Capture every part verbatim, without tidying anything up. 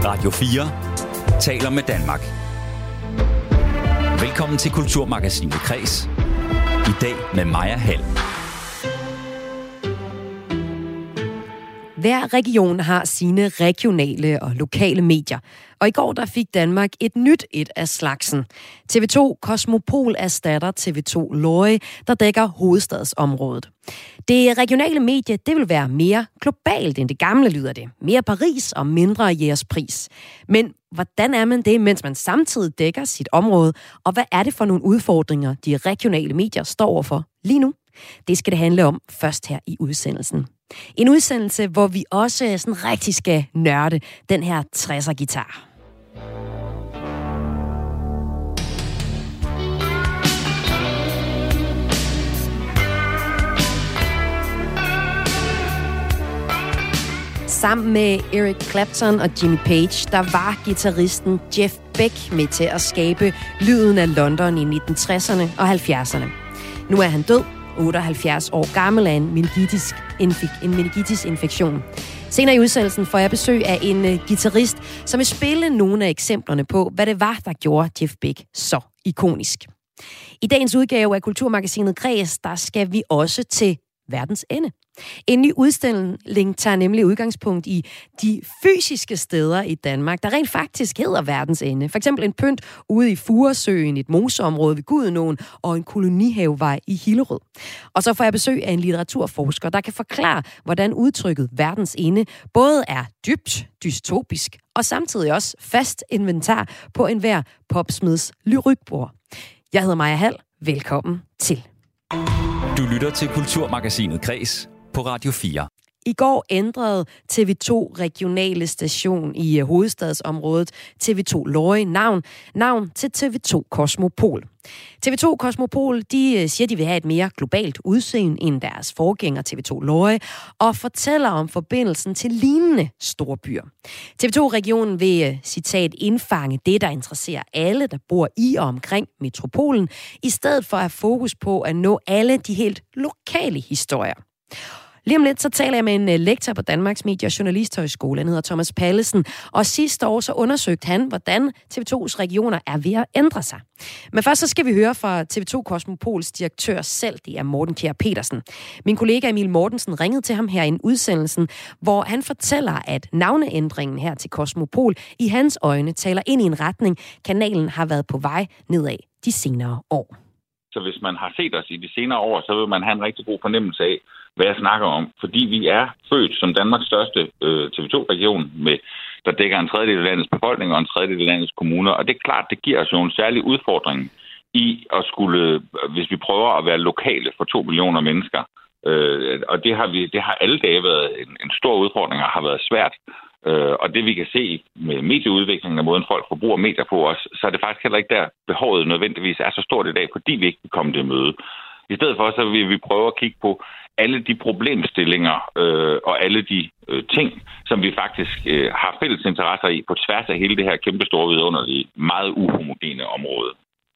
Radio fire taler med Danmark. Velkommen til Kulturmagasinet Kres. I dag med Maja Hall. Hver region har sine regionale og lokale medier. Og i går der fik Danmark et nyt et af slagsen. T V to Kosmopol erstatter T V to Lorry, der dækker hovedstadsområdet. Det regionale medie, det vil være mere globalt end det gamle, lyder det. Mere Paris og mindre Jægerspris. Men hvordan er man det, mens man samtidig dækker sit område? Og hvad er det for nogle udfordringer, de regionale medier står overfor lige nu? Det skal det handle om først her i udsendelsen. En udsendelse, hvor vi også sådan rigtig skal nørde den her tresser-guitar. Sammen med Eric Clapton og Jimmy Page, der var guitaristen Jeff Beck med til at skabe lyden af London i nitten tresserne og halvfjerdserne. Nu er han død, otteoghalvfjerds år gammel af en meningitis, infik, en meningitis-infektion. Senere i udsendelsen får jeg besøg af en uh, guitarist, som vil spille nogle af eksemplerne på, hvad det var, der gjorde Jeff Beck så ikonisk. I dagens udgave af Kulturmagasinet Kres, der skal vi også til verdens ende. En ny udstilling tager nemlig udgangspunkt i de fysiske steder i Danmark, der rent faktisk hedder verdens ende. For eksempel en pynt ude i Furesøen, et moseområde ved Gudenåen og en kolonihavevej i Hillerød. Og så får jeg besøg af en litteraturforsker, der kan forklare, hvordan udtrykket verdens ende både er dybt dystopisk og samtidig også fast inventar på enhver popsmids lyrikbord. Jeg hedder Maja Hall. Velkommen til. Du lytter til Kulturmagasinet Kres på Radio fire. I går ændrede T V to regionale station i hovedstadsområdet T V to Lorry navn, navn til T V to Kosmopol. T V to Kosmopol, de siger, de vil have et mere globalt udseende end deres forgænger T V to Lorry, og fortæller om forbindelsen til lignende storbyer. T V to-regionen vil, citat, indfange det, der interesserer alle, der bor i og omkring metropolen, i stedet for at have fokus på at nå alle de helt lokale historier. Lige om lidt, så taler jeg med en lektor på Danmarks Medie- og Journalisthøjskole. Han hedder Thomas Pallesen, og sidste år så undersøgte han, hvordan T V tos regioner er ved at ændre sig. Men først så skal vi høre fra T V to Kosmopols direktør selv, det er Morten Kjær Petersen. Min kollega Emil Mortensen ringede til ham her i en udsendelsen, hvor han fortæller, at navneændringen her til Kosmopol i hans øjne taler ind i en retning, kanalen har været på vej nedad de senere år. Så hvis man har set os i de senere år, så vil man have en rigtig god fornemmelse af, hvad jeg snakker om. Fordi vi er født som Danmarks største øh, T V to-region, med, der dækker en tredjedel af landets befolkning og en tredjedel af landets kommuner. Og det er klart, det giver os jo en særlig udfordring i at skulle, hvis vi prøver at være lokale for to millioner mennesker. Øh, og det har, vi, det har alle dage været en, en stor udfordring og har været svært. Øh, og det vi kan se med medieudviklingen og måden folk forbruger medier på os, så er det faktisk heller ikke der behovet nødvendigvis er så stort i dag, fordi vi ikke kan komme det møde. I stedet for så vil vi prøve at kigge på alle de problemstillinger øh, og alle de øh, ting, som vi faktisk øh, har fælles interesser i på tværs af hele det her kæmpe store vidunderlige, meget uhomogene område.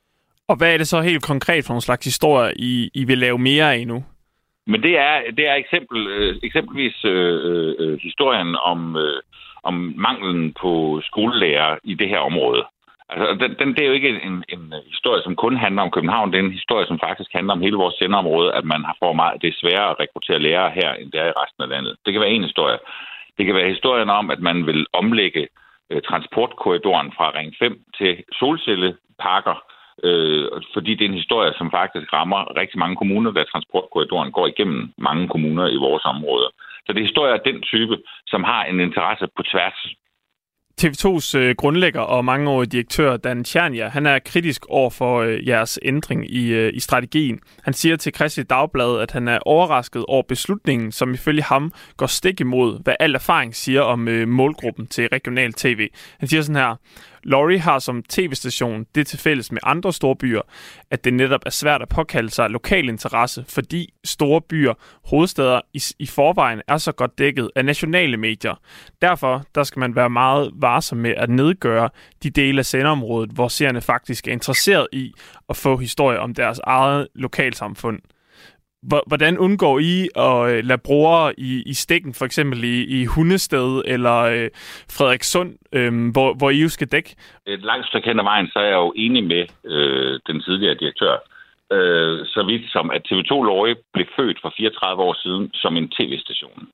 Og hvad er det så helt konkret for nogle slags historier, I, I vil lave mere af nu? Men det er, det er eksempel, øh, eksempelvis øh, øh, historien om, øh, om manglen på skolelærer i det her område. Altså, den, den, det er jo ikke en, en historie, som kun handler om København. Det er en historie, som faktisk handler om hele vores sendeområde, at man har for meget, det er sværere at rekruttere lærere her, end det er i resten af landet. Det kan være en historie. Det kan være historien om, at man vil omlægge øh, transportkorridoren fra Ring fem til solcelleparker, øh, fordi det er en historie, som faktisk rammer rigtig mange kommuner, da transportkorridoren går igennem mange kommuner i vores område. Så det er historier af den type, som har en interesse på tværs. T V tos øh, grundlægger og mangeårige direktør Dan Tjernia, han er kritisk over for øh, jeres ændring i, øh, i strategien. Han siger til Kristeligt Dagblad, at han er overrasket over beslutningen, som ifølge ham går stik imod, hvad al erfaring siger om øh, målgruppen til regional tv. Han siger sådan her: Lorry har som tv-station det til fælles med andre store byer, at det netop er svært at påkalde sig lokal interesse, fordi store byer, hovedstæder i, i forvejen er så godt dækket af nationale medier. Derfor der skal man være meget varsom med at nedgøre de dele af sendeområdet, hvor seerne faktisk er interesseret i at få historier om deres eget lokalsamfund. Hvordan undgår I at lade brugere i, i stikken, for eksempel i, i Hundested eller øh, Frederikssund, øh, hvor, hvor I jo skal dække? Et langt stykke hen ad vejen, så er jeg jo enig med øh, den tidligere direktør. Øh, så vidt som, at T V to Lorry blev født for fireogtredive år siden som en tv-station.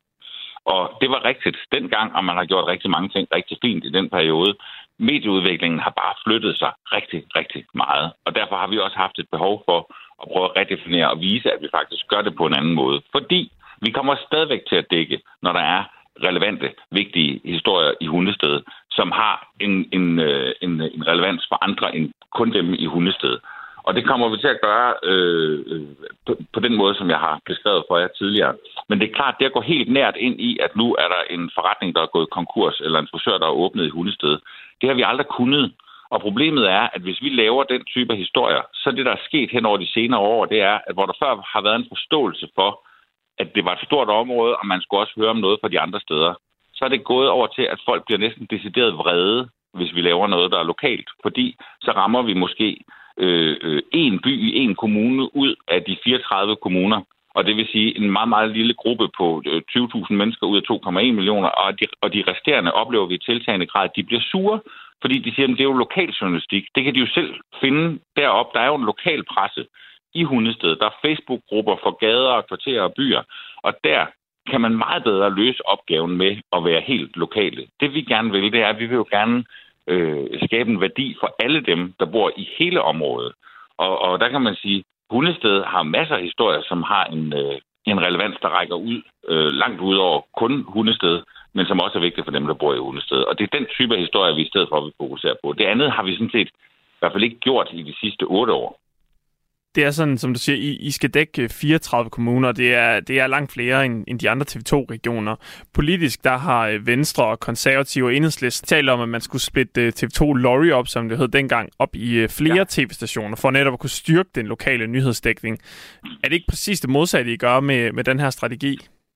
Og det var rigtigt dengang, og man har gjort rigtig mange ting rigtig fint i den periode. Medieudviklingen har bare flyttet sig rigtig, rigtig meget. Og derfor har vi også haft et behov for at prøve at redefinere og vise, at vi faktisk gør det på en anden måde. Fordi vi kommer stadigvæk til at dække, når der er relevante, vigtige historier i Hundested, som har en, en, en, en relevans for andre end kun dem i Hundested. Og det kommer vi til at gøre øh, på, på den måde, som jeg har beskrevet for jer tidligere. Men det er klart, det at gå helt nært ind i, at nu er der en forretning, der er gået konkurs, eller en frisør, der er åbnet i Hundested. Det har vi aldrig kunnet. Og problemet er, at hvis vi laver den type historier, så det, der er sket hen over de senere år, det er, at hvor der før har været en forståelse for, at det var et stort område, og man skulle også høre om noget fra de andre steder, så er det gået over til, at folk bliver næsten decideret vrede, hvis vi laver noget, der er lokalt. Fordi så rammer vi måske øh, øh, en by i en kommune ud af de fireogtredive kommuner. Og det vil sige en meget, meget lille gruppe på tyve tusind mennesker ud af to komma en millioner. Og de, og de resterende oplever vi i tiltagende grad, at de bliver sure, fordi de siger, at det er jo lokaljournalistik. Det kan de jo selv finde deroppe. Der er jo en lokal presse i Hundested. Der er Facebook-grupper for gader og kvarterer og byer. Og der kan man meget bedre løse opgaven med at være helt lokale. Det vi gerne vil, det er, at vi vil jo gerne øh, skabe en værdi for alle dem, der bor i hele området. Og, og der kan man sige, Hundested har masser af historier, som har en, øh, en relevans, der rækker ud øh, langt ud over kun Hundested, men som også er vigtigt for dem, der bor i Hundested. Og det er den type af historie, vi i stedet for, vi fokuserer på. Det andet har vi sådan set i hvert fald ikke gjort i de sidste otte år. Det er sådan, som du siger, I, I skal dække fireogtredive kommuner. Det er, det er langt flere end, end de andre T V to regioner. Politisk, der har Venstre og Konservative og Enhedslisten talt om, at man skulle splitte T V to Lorry op, som det hed dengang, op i flere ja. tv-stationer, for netop at kunne styrke den lokale nyhedsdækning. Er det ikke præcis det modsatte, I gør med, med den her strategi?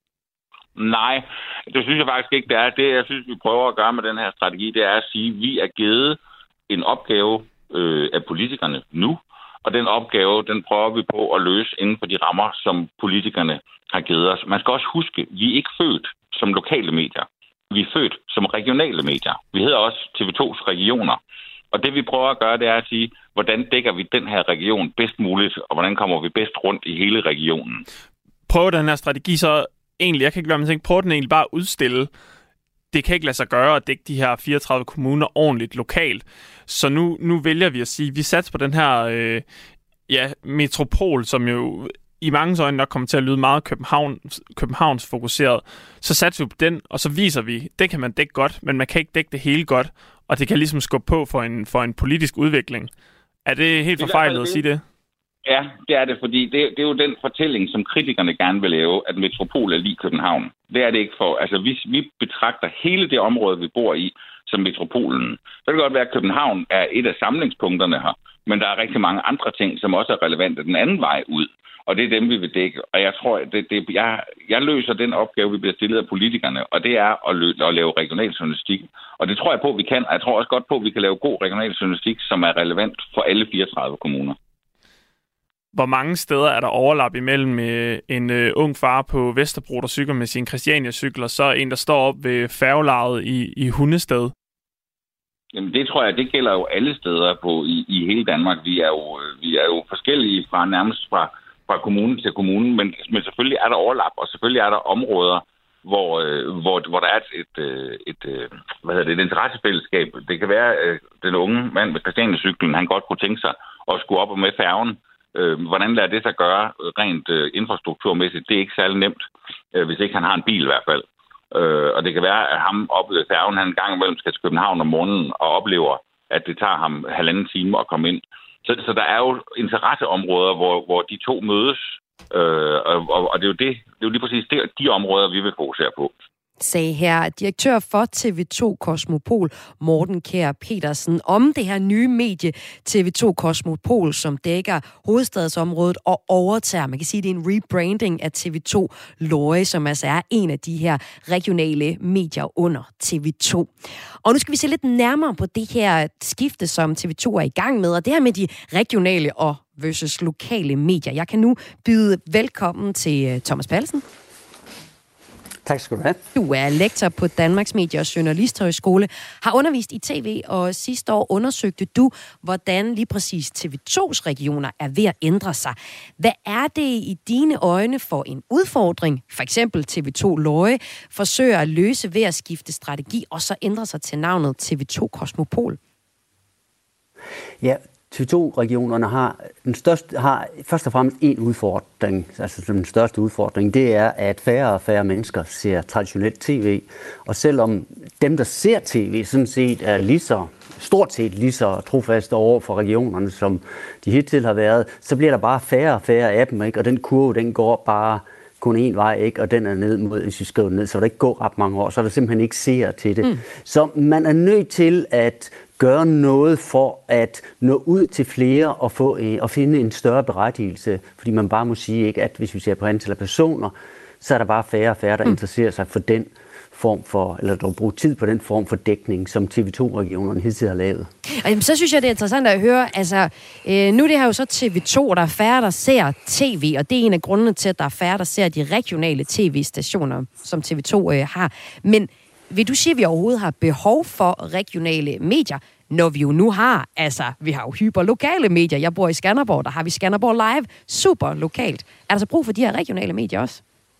Nej, det synes jeg faktisk ikke, det er. Det, jeg synes, vi prøver at gøre med den her strategi, det er at sige, at vi er givet en opgave øh, af politikerne nu, og den opgave, den prøver vi på at løse inden for de rammer, som politikerne har givet os. Man skal også huske, at vi er ikke født som lokale medier. Vi er født som regionale medier. Vi hedder også T V tos regioner. Og det vi prøver at gøre, det er at sige, hvordan dækker vi den her region bedst muligt, og hvordan kommer vi bedst rundt i hele regionen. Prøv den her strategi så egentlig, jeg kan ikke lade mig tænke, prøv den egentlig bare at udstille. Det kan ikke lade sig gøre at dække de her fireogtredive kommuner ordentligt lokalt. Så nu, nu vælger vi at sige, at vi satser på den her øh, ja, metropol, som jo i mange øjne nok kommer til at lyde meget København, Københavns fokuseret. Så satser vi på den, og så viser vi, det kan man dække godt, men man kan ikke dække det hele godt, og det kan ligesom skubbe på for en, for en politisk udvikling. Er det helt forfejlet at sige det? Ja, det er det, fordi det, det er jo den fortælling, som kritikerne gerne vil lave, at metropol er lige København. Det er det ikke for. Altså, vi, vi betragter hele det område, vi bor i, som metropolen. Så kan det godt være, at København er et af samlingspunkterne her, men der er rigtig mange andre ting, som også er relevante den anden vej ud. Og det er dem, vi vil dække. Og jeg tror, det, det, jeg, jeg løser den opgave, vi bliver stillet af politikerne, og det er at, lø, at lave regional journalistik. Og det tror jeg på, vi kan. Og jeg tror også godt på, at vi kan lave god regional journalistik, som er relevant for alle fireogtredive kommuner. Hvor mange steder er der overlap imellem en uh, ung far på Vesterbro, der cykler med sin Christiania-cykel, og så en, der står op ved færgelejet i, i Hundested? Jamen, det tror jeg, det gælder jo alle steder på i, i hele Danmark. Vi er jo, vi er jo forskellige fra nærmest fra, fra kommune til kommune, men, men selvfølgelig er der overlap, og selvfølgelig er der områder, hvor, øh, hvor, hvor der er et, et, et, et, hvad hedder det, et interessefællesskab. Det kan være, at den unge mand med Christiania-cyklen, han godt kunne tænke sig at skulle op og med færgen. Hvordan lader det sig gøre rent uh, infrastrukturmæssigt? Det er ikke særlig nemt, uh, hvis ikke han har en bil i hvert fald. Uh, og det kan være, at ham oppe ved færgen, han en gang imellem skal til København om morgenen og oplever, at det tager ham halvanden time at komme ind. Så, så der er jo interesseområder, hvor, hvor de to mødes, uh, og, og det er jo det, det er jo lige præcis det, de områder, vi vil fokusere på. Sagde her direktør for T V to Kosmopol, Morten Kjær Petersen, om det her nye medie T V to Kosmopol, som dækker hovedstadsområdet og overtager, man kan sige, det er en rebranding af T V to Lorry, som altså er en af de her regionale medier under T V to. Og nu skal vi se lidt nærmere på det her skifte, som T V to er i gang med, og det her med de regionale og versus lokale medier. Jeg kan nu byde velkommen til Thomas Pallesen. Tak skal du have. Du er lektor på Danmarks Medie- og Journalisthøjskole, har undervist i tv, og sidste år undersøgte du, hvordan lige præcis T V to's regioner er ved at ændre sig. Hvad er det i dine øjne for en udfordring, for eksempel T V to Løje forsøger at løse ved at skifte strategi, og så ændre sig til navnet T V to Kosmopol? Ja, T V to-regionerne har, den største, har først og fremmest en udfordring, altså den største udfordring, det er, at færre og færre mennesker ser traditionelt tv. Og selvom dem, der ser tv, sådan set er lige så, stort set lige så trofaste over for regionerne, som de hidtil har været, så bliver der bare færre og færre af dem, ikke? Og den kurve, den går bare kun en vej, ikke? Og den er ned mod, hvis vi skriver ned, så der ikke går ret mange år, så er der simpelthen ikke seere til det. Mm. Så man er nødt til at gøre noget for at nå ud til flere og, få, og finde en større berettigelse. Fordi man bare må sige, ikke, at hvis vi ser på antal af personer, så er der bare færre og færre, der mm. interesserer sig for den form for, eller der bruger tid på den form for dækning, som T V to-regionerne hidtil har lavet. Og så synes jeg, det er interessant at høre, altså, øh, nu er det her jo så T V to, og der er færre, der ser tv, og det er en af grundene til, at der er færre, der ser de regionale tv-stationer, som T V to øh, har. Men vil du sige, at vi overhovedet har behov for regionale medier, når vi jo nu har, altså, vi har jo hyperlokale medier. Jeg bor i Skanderborg, der har vi Skanderborg Live, super lokalt. Er der så brug for de her regionale medier også?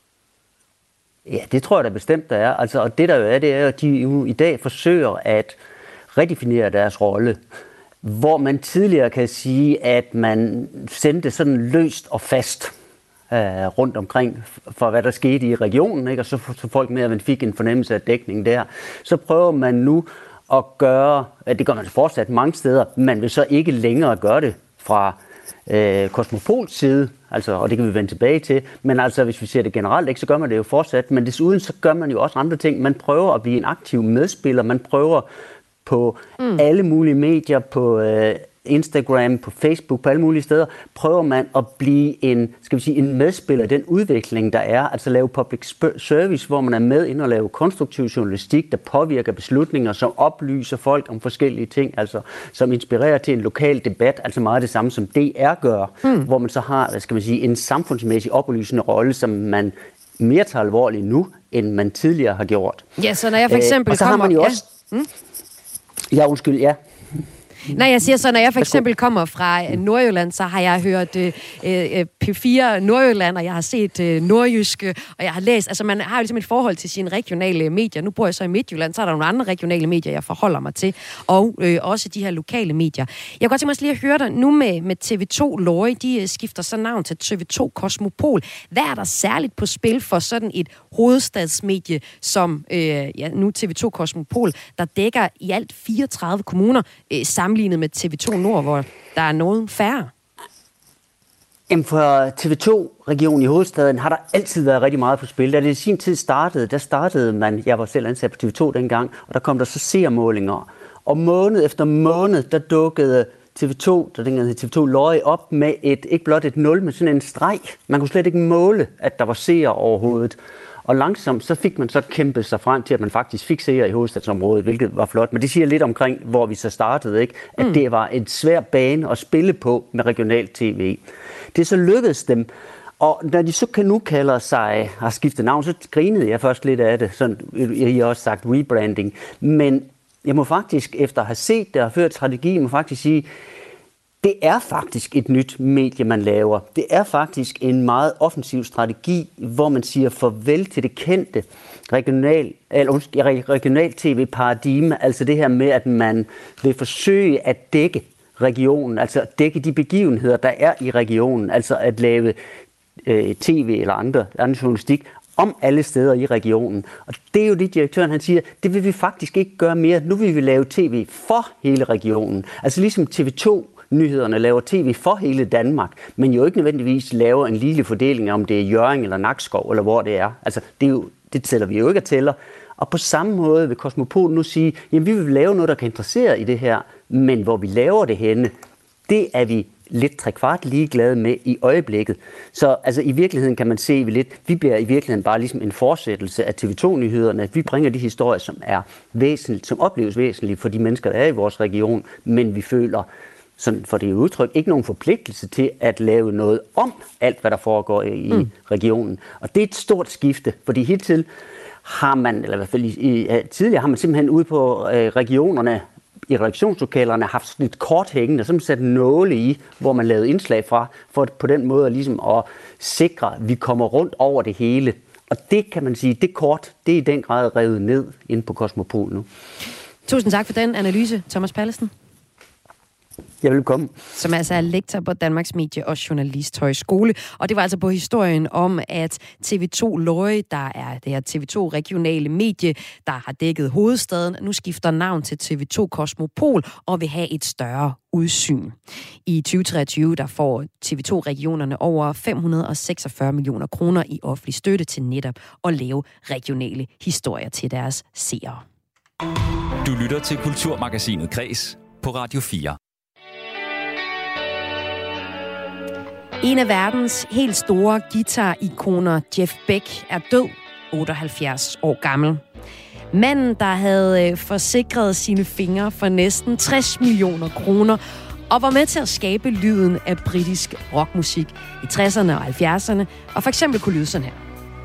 Ja, det tror jeg da bestemt, der er. Altså, og det der jo er, det er, at de jo i dag forsøger at redefinere deres rolle. Hvor man tidligere kan sige, at man sendte sådan løst og fast øh, rundt omkring for, hvad der skete i regionen, ikke? Og så, så folk med, at man fik en fornemmelse af dækning der. Så prøver man nu at gøre, det gør man fortsat mange steder, man vil så ikke længere gøre det fra øh, Kosmopols side, altså, og det kan vi vende tilbage til, men altså hvis vi ser det generelt, ikke, så gør man det jo fortsat, men desuden så gør man jo også andre ting. Man prøver at blive en aktiv medspiller, man prøver på mm. alle mulige medier, på øh, Instagram, på Facebook, på alle mulige steder, prøver man at blive en, skal vi sige, en medspiller i den udvikling, der er, altså lave public service, hvor man er med ind og lave konstruktiv journalistik, der påvirker beslutninger, som oplyser folk om forskellige ting, altså som inspirerer til en lokal debat, altså meget det samme som D R gør, mm. hvor man så har, hvad skal man sige, en samfundsmæssig oplysende rolle, som man mere tager alvorligt nu, end man tidligere har gjort. Ja, så når jeg for eksempel øh, og så kommer... har man jo også... Ja, mm? ja undskyld, ja. Nej, jeg siger så, når jeg for eksempel kommer fra Nordjylland, så har jeg hørt øh, P fire Nordjylland, og jeg har set øh, Nordjyske, og jeg har læst, altså man har jo ligesom et forhold til sine regionale medier. Nu bor jeg så i Midtjylland, så er der nogle andre regionale medier, jeg forholder mig til, og øh, også de her lokale medier. Jeg kunne godt tænke mig lige at høre dig nu med, med T V to Løje, de øh, skifter så navn til T V to Kosmopol. Hvad er der særligt på spil for sådan et hovedstadsmedie, som øh, ja, nu T V to Kosmopol, der dækker i alt fireogtredive kommuner, øh, sammenlignet med T V to Nord, hvor der er nogen færre? Jamen for T V to-regionen i hovedstaden har der altid været rigtig meget på spil. Da det i sin tid startede, der startede man, jeg var selv ansat på T V to dengang, og der kom der så seermålinger. Og måned efter måned, der dukkede T V to, der dengang hed T V to Løje, op med et, ikke blot et nul, men sådan en streg. Man kunne slet ikke måle, at der var seere overhovedet. Og langsomt så fik man så kæmpet sig frem til, at man faktisk fik seere i hovedstadsområdet, hvilket var flot. Men det siger lidt omkring, hvor vi så startede, ikke? At mm. det var en svær bane at spille på med regional tv. Det så lykkedes dem. Og når de så kan nu kalder sig, har skiftet navn, så grinede jeg først lidt af det. Sådan, jeg har også sagt rebranding. Men jeg må faktisk, efter at have set det og ført strategi, må faktisk sige, det er faktisk et nyt medie, man laver. Det er faktisk en meget offensiv strategi, hvor man siger farvel til det kendte regional, eller, regional tv-paradigme. Altså det her med, at man vil forsøge at dække regionen, altså dække de begivenheder, der er i regionen. Altså at lave øh, tv eller andre, andre journalistik om alle steder i regionen. Og det er jo det, direktøren han siger, det vil vi faktisk ikke gøre mere. Nu vil vi lave tv for hele regionen. Altså ligesom T V to nyhederne laver tv for hele Danmark, men jo ikke nødvendigvis laver en lille fordeling, om det er Hjørring eller Nakskov, eller hvor det er. Altså, det, er jo, det tæller vi jo ikke at tæller. Og på samme måde vil Kosmopol nu sige, jamen vi vil lave noget, der kan interessere i det her, men hvor vi laver det henne, det er vi lidt trekvart ligeglade med i øjeblikket. Så altså, i virkeligheden kan man se, vi lidt, vi bliver i virkeligheden bare ligesom en fortsættelse af T V to-nyhederne, at vi bringer de historier, som er væsentligt, som opleves væsentligt for de mennesker, der er i vores region, men vi føler, sådan for det udtryk, ikke nogen forpligtelse til at lave noget om alt, hvad der foregår i mm. regionen. Og det er et stort skifte, fordi hele tiden har man, eller i hvert fald i, i, tidligere har man simpelthen ude på øh, regionerne, i redaktionslokalerne, haft sådan et kort hængende, og så sat nåle i, hvor man lavede indslag fra, for på den måde ligesom at sikre, at vi kommer rundt over det hele. Og det kan man sige, det kort, det er i den grad revet ned inde på Cosmopol nu. Tusind tak for den analyse, Thomas Pallesen. Ja, velkommen. Som altså er lektor på Danmarks Medie- og Journalisthøjskole. Og det var altså på historien om, at T V to Lorry, der er det her T V to regionale medie, der har dækket hovedstaden, nu skifter navn til T V to Cosmopol og vil have et større udsyn. I tyve treogtyve der får T V to regionerne over fem hundrede og seksogfyrre millioner kroner i offentlig støtte til netop at lave regionale historier til deres seere. Du lytter til Kulturmagasinet Kres på Radio fire. En af verdens helt store guitar-ikoner, Jeff Beck, er død, otteoghalvfjerds år gammel. Manden, der havde forsikret sine fingre for næsten tres millioner kroner, og var med til at skabe lyden af britisk rockmusik i tresserne og halvfjerdserne, og for eksempel kunne lyde sådan her.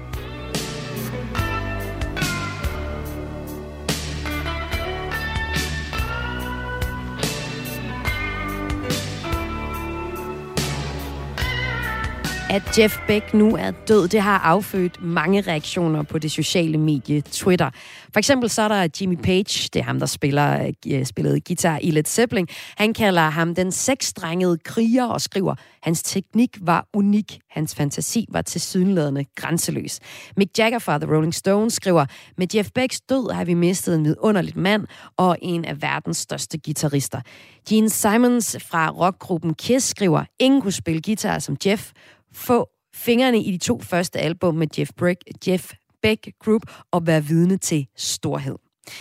At Jeff Beck nu er død, det har affødt mange reaktioner på det sociale medie Twitter. For eksempel så er der Jimmy Page, det er ham, der spiller, spillede guitar i Led Zeppelin. Han kalder ham den seksstrengede kriger og skriver, hans teknik var unik, hans fantasi var tilsyneladende grænseløs. Mick Jagger fra The Rolling Stones skriver, med Jeff Becks død har vi mistet en vidunderligt mand og en af verdens største guitarister. Gene Simons fra rockgruppen Kiss skriver, ingen kunne spille guitar som Jeff. Få fingrene i de to første album med Jeff Beck, Jeff Beck Group og være vidne til storhed.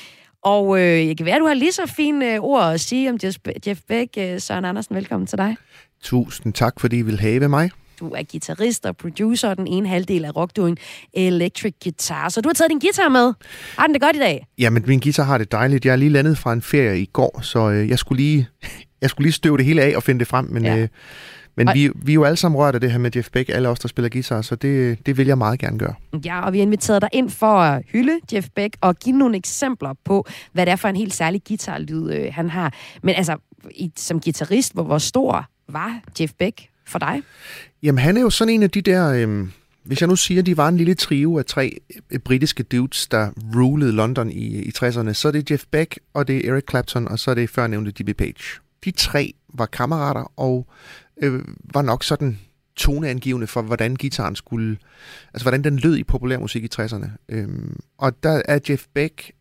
Og øh, jeg kan være, at du har lige så fine øh, ord at sige om Jeff, Jeff Beck. Øh, Søren Andersen, velkommen til dig. Tusind tak, fordi I vil have mig. Du er guitarist og producer, den ene halvdel af rockduoen Electric Guitar. Så du har taget din guitar med. Har den det godt i dag? Jamen, min guitar har det dejligt. Jeg er lige landet fra en ferie i går, så øh, jeg, skulle lige, jeg skulle lige støve det hele af og finde det frem, men... Ja. Øh, Men og... vi, vi er jo alle sammen rørt af det her med Jeff Beck, alle os, der spiller guitar, så det, det vil jeg meget gerne gøre. Ja, og vi har inviteret dig ind for at hylde Jeff Beck og give nogle eksempler på, hvad det er for en helt særlig guitarlyd, øh, han har. Men altså, i, som guitarist, hvor, hvor stor var Jeff Beck for dig? Jamen, han er jo sådan en af de der... Øh, hvis jeg nu siger, at de var en lille trio af tre øh, britiske dudes, der rulede London i, i tresserne, så er det Jeff Beck, og det er Eric Clapton, og så er det førnævnte Jimmy Page. De tre var kammerater, og øh, var nok sådan toneangivende for, hvordan gitaren skulle... Altså, hvordan den lød i populærmusik i tresserne. Øhm, og der er Jeff Beck...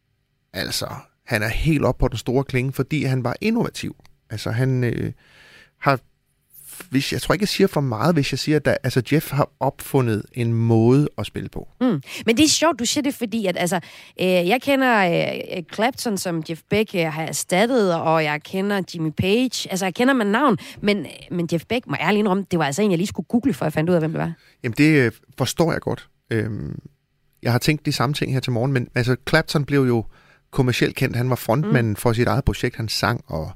Altså, han er helt op på den store klinge, fordi han var innovativ. Altså, han øh, har... Hvis, jeg tror ikke, jeg siger for meget, hvis jeg siger, at der, altså Jeff har opfundet en måde at spille på. Mm. Men det er sjovt, du siger det, fordi at, altså, øh, jeg kender øh, Clapton, som Jeff Beck øh, har erstattet, og jeg kender Jimmy Page. Altså, jeg kender man navn, men, men Jeff Beck, må jeg ærligt indrømme, det var altså en, jeg lige skulle google, for jeg fandt ud af, hvem det var. Jamen, det øh, forstår jeg godt. Øhm, jeg har tænkt de samme ting her til morgen, men altså, Clapton blev jo kommercielt kendt. Han var frontmanden mm. for sit eget projekt. Han sang og...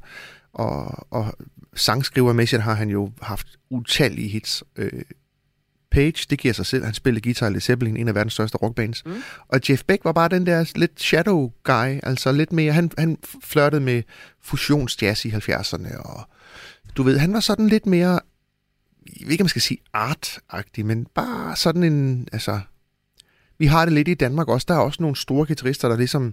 og, og sangskrivermæssigt har han jo haft utallige hits. Øh, Page, det giver sig selv. Han spillede guitar i Led Zeppelin, en af verdens største rockbands. Mm. Og Jeff Beck var bare den der lidt shadow guy, altså lidt mere, han, han flirtede med fusionsjazz i halvfjerdserne, og du ved, han var sådan lidt mere, jeg ved ikke, om man skal sige art-agtig, men bare sådan en, altså, vi har det lidt i Danmark også. Der er også nogle store guitarister, der ligesom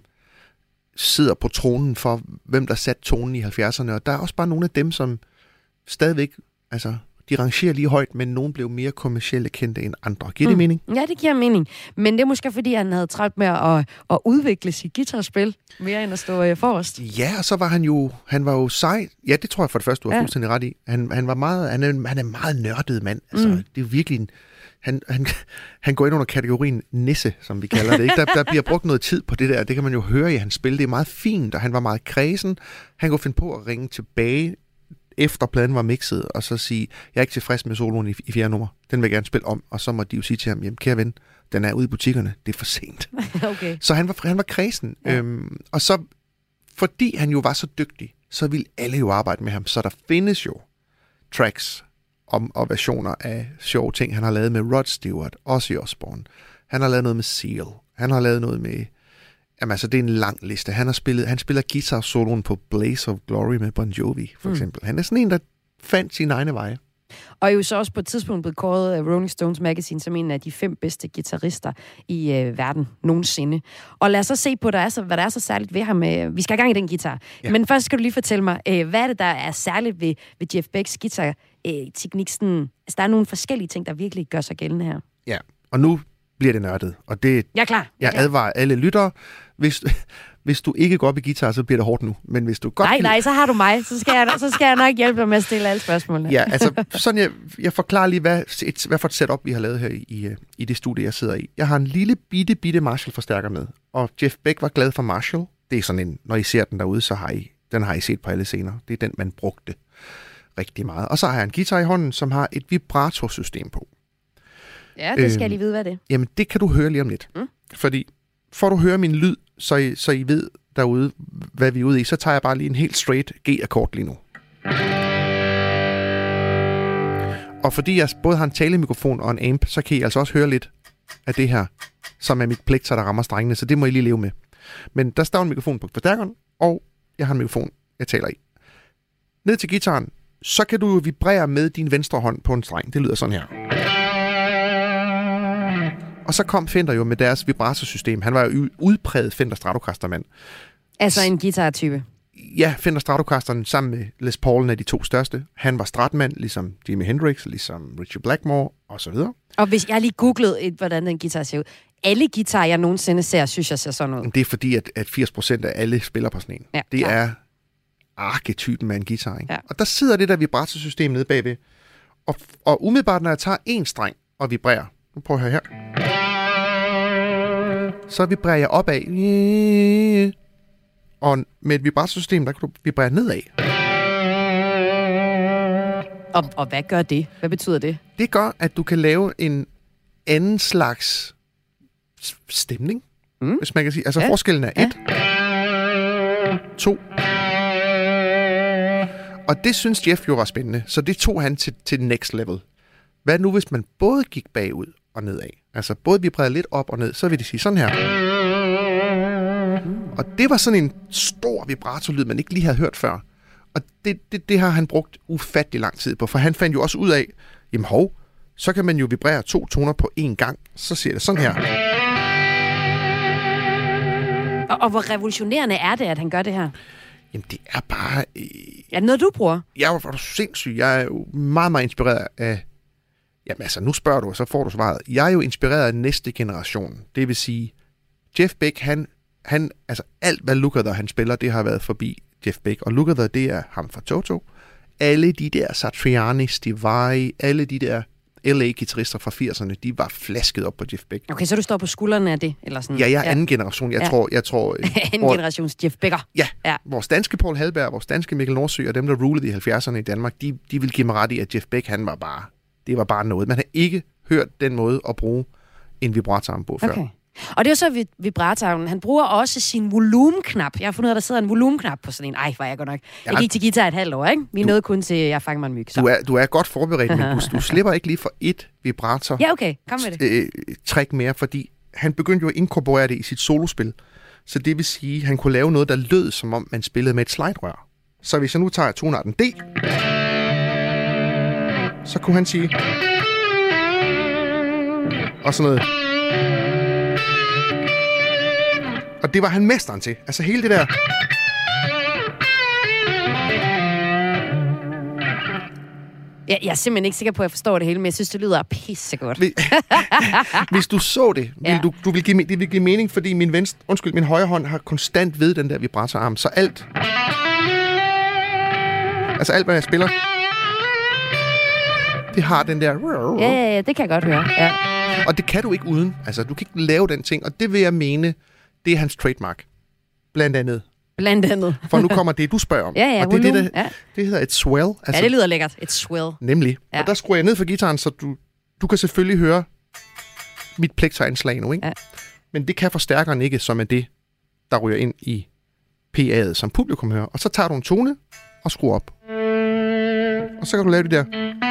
sidder på tronen for, hvem der satte tonen i halvfjerdserne, og der er også bare nogle af dem, som stadigvæk, altså, de rangerer lige højt, men nogen blev mere kommercielle kendte end andre. Giver det mm. mening? Ja, det giver mening. Men det er måske, fordi han havde travlt med at, at udvikle sit guitarspil, mere end at stå forrest. Ja, og så var han jo, han var jo sej. Ja, det tror jeg for det første, du har ja. fuldstændig ret i. Han, han var meget, han er, han er en meget nørdet mand. Altså, mm. det er virkelig en, han, han, han går ind under kategorien nisse, som vi kalder det. Ikke? Der, der bliver brugt noget tid på det der, det kan man jo høre i hans spil. Det er meget fint, og han var meget kredsen. Han kunne finde på at ringe tilbage, efter pladen var mixet, og så sige, jeg er ikke tilfreds med soloen i, i fjerde nummer. Den vil jeg gerne spille om, og så må de jo sige til ham, jamen kære ven, den er ude i butikkerne, det er for sent. Okay. Så han var, han var kredsen. Ja. Øhm, og så, fordi han jo var så dygtig, så vil alle jo arbejde med ham. Så der findes jo tracks om, og versioner af sjove ting, han har lavet med Rod Stewart, Ozzy Osbourne. Han har lavet noget med Seal. Han har lavet noget med... Jamen altså, det er en lang liste. Han har spillet, han spiller guitar-soloen på Blaze of Glory med Bon Jovi, for eksempel. Mm. Han er sådan en, der fandt sine egne veje. Og jo så også på et tidspunkt blevet kåret af Rolling Stones Magazine som en af de fem bedste guitarister i øh, verden nogensinde. Og lad os så se på, der er så, hvad der er så særligt ved ham. Øh, vi skal i gang i den guitar. Ja. Men først skal du lige fortælle mig, øh, hvad er det, der er særligt ved, ved Jeff Becks guitar-teknik? Øh, altså, der er nogle forskellige ting, der virkelig gør sig gældende her. Ja, og nu bliver det nørdet. Og det, jeg er klar. Jeg, jeg advarer alle lyttere. Hvis, hvis du ikke går op i guitar, så bliver det hårdt nu. Men hvis du godt nej, nej, så har du mig. Så skal jeg, så skal jeg nok hjælpe dig med at stille alle spørgsmålene. Ja, altså, sådan jeg, jeg forklarer lige, hvad, et, hvad for et setup vi har lavet her i, i det studie, jeg sidder i. Jeg har en lille, bitte, bitte Marshall-forstærker med. Og Jeff Beck var glad for Marshall. Det er sådan en, når I ser den derude, så har I, den har I set på alle scener. Det er den, man brugte rigtig meget. Og så har jeg en guitar i hånden, som har et vibratorsystem på. Ja, det skal jeg lige vide, hvad det er. Jamen, det kan du høre lige om lidt. Mm. Fordi, for at du hører min lyd, så I, så I ved derude, hvad vi er ude i, så tager jeg bare lige en helt straight G-akkord lige nu. Og fordi jeg både har en talemikrofon og en amp, så kan I altså også høre lidt af det her, som er mit plekter, der rammer strengene, så det må I lige leve med. Men der står en mikrofon på forstærkeren, og jeg har en mikrofon, jeg taler i. Ned til gitaren, så kan du vibrere med din venstre hånd på en streng. Det lyder sådan her. Og så kom Fender jo med deres vibratorsystem. Han var jo udpræget Fender Stratocaster-mand. Altså en guitar-type? Ja, Fender Stratocasteren sammen med Les Paul'en er de to største. Han var stratmand, ligesom Jimi Hendrix, ligesom Richie Blackmore osv. Og hvis jeg lige googlede, et, hvordan den guitar ser ud. Alle guitarer, jeg nogensinde ser, synes jeg ser sådan ud. Det er fordi, at, at firs procent af alle spiller på sådan en. Ja, det klar. Er arketypen af en guitar, ikke? Ja. Og der sidder det der vibratorsystem nede bagved. Og, og umiddelbart, når jeg tager en streng og vibrerer, nu prøver jeg her, så vibrerer jeg opad. Og med et vibratorsystem, der kan du vibrere nedad. Og, og hvad gør det? Hvad betyder det? Det gør, at du kan lave en anden slags stemning, mm. hvis man kan sige. Altså ja. Forskellen er et, ja. to. Og det synes Jeff jo var spændende, så det tog han til, til next level. Hvad nu, hvis man både gik bagud og nedad? Altså både vibrerede lidt op og ned, så vil det sige sådan her. Og det var sådan en stor vibratorlyd, man ikke lige havde hørt før. Og det, det, det har han brugt ufattelig lang tid på, for han fandt jo også ud af, jamen hov, så kan man jo vibrere to toner på én gang. Så ser det sådan her. Og, og hvor revolutionerende er det, at han gør det her? Jamen, det er bare... Øh... Er det noget, du bruger? Jeg er jo sindssyg. Jeg er jo meget, meget inspireret af... Jamen altså, nu spørger du, så får du svaret. Jeg er jo inspireret af næste generation. Det vil sige, Jeff Beck, han... han altså, alt, hvad Lukather han spiller, det har været forbi Jeff Beck. Og Lukather, det er ham fra Toto. Alle de der Satriani, Steve Vai, alle de der L A-guitarister fra firserne, de var flasket op på Jeff Beck. Okay, så du står på skuldrene af det? Eller sådan? Ja, jeg er ja. anden generation. Jeg ja. tror... Jeg tror anden hvor, generations Jeff Becker. Ja, ja, vores danske Paul Halberg, vores danske Mikkel Nordsø og dem, der rulede i halvfjerdserne i Danmark, de, de ville give mig ret i, at Jeff Beck, han var bare... Det var bare noget. Man har ikke hørt den måde at bruge en vibrator på før. Okay. Og det er jo så vibratoren. Han bruger også sin volumenknap. Jeg har fundet ud af, at der sidder en volumenknap på sådan en. Ej, var jeg godt nok. Jeg gik til guitar et halvt år, ikke? Vi er nået kun til, jeg fanger mig en myg. Så. Du, er, du er godt forberedt, men du, du slipper ikke lige for et vibrator. Ja, okay. Kom med det. Øh, træk mere, fordi han begyndte jo at inkorporere det i sit solospil. Så det vil sige, at han kunne lave noget, der lød, som om man spillede med et slide-rør. Så hvis jeg nu tager tonarten D, så kunne han sige... Og sådan noget... Og det var han mesteren til. Altså hele det der... Jeg, jeg er simpelthen ikke sikker på, at jeg forstår det hele, men jeg synes, det lyder pissegodt. Hvis du så det, vil ja. du, du vil give, det vil give mening, fordi min venstre, undskyld, min højre hånd har konstant ved den der vibratorarm. Så alt... Altså alt, hvad jeg spiller... Det har den der... Ja, ja, ja, det kan jeg godt høre. Ja. Og det kan du ikke uden. Altså, du kan ikke lave den ting, og det vil jeg mene... Det er hans trademark. Blandt andet. Blandt andet. For nu kommer det, du spørger om. Ja, ja, og det, det, der, ja. det hedder et swell. Altså, ja, det lyder lækkert. Et swell. Nemlig. Ja. Og der skruer jeg ned for gitaren, så du, du kan selvfølgelig høre mit plekteranslag nu, ikke? Ja. Men det kan forstærkeren ikke, som er det, der ryger ind i P A'et, som publikum hører. Og så tager du en tone og skruer op. Og så kan du lave det der,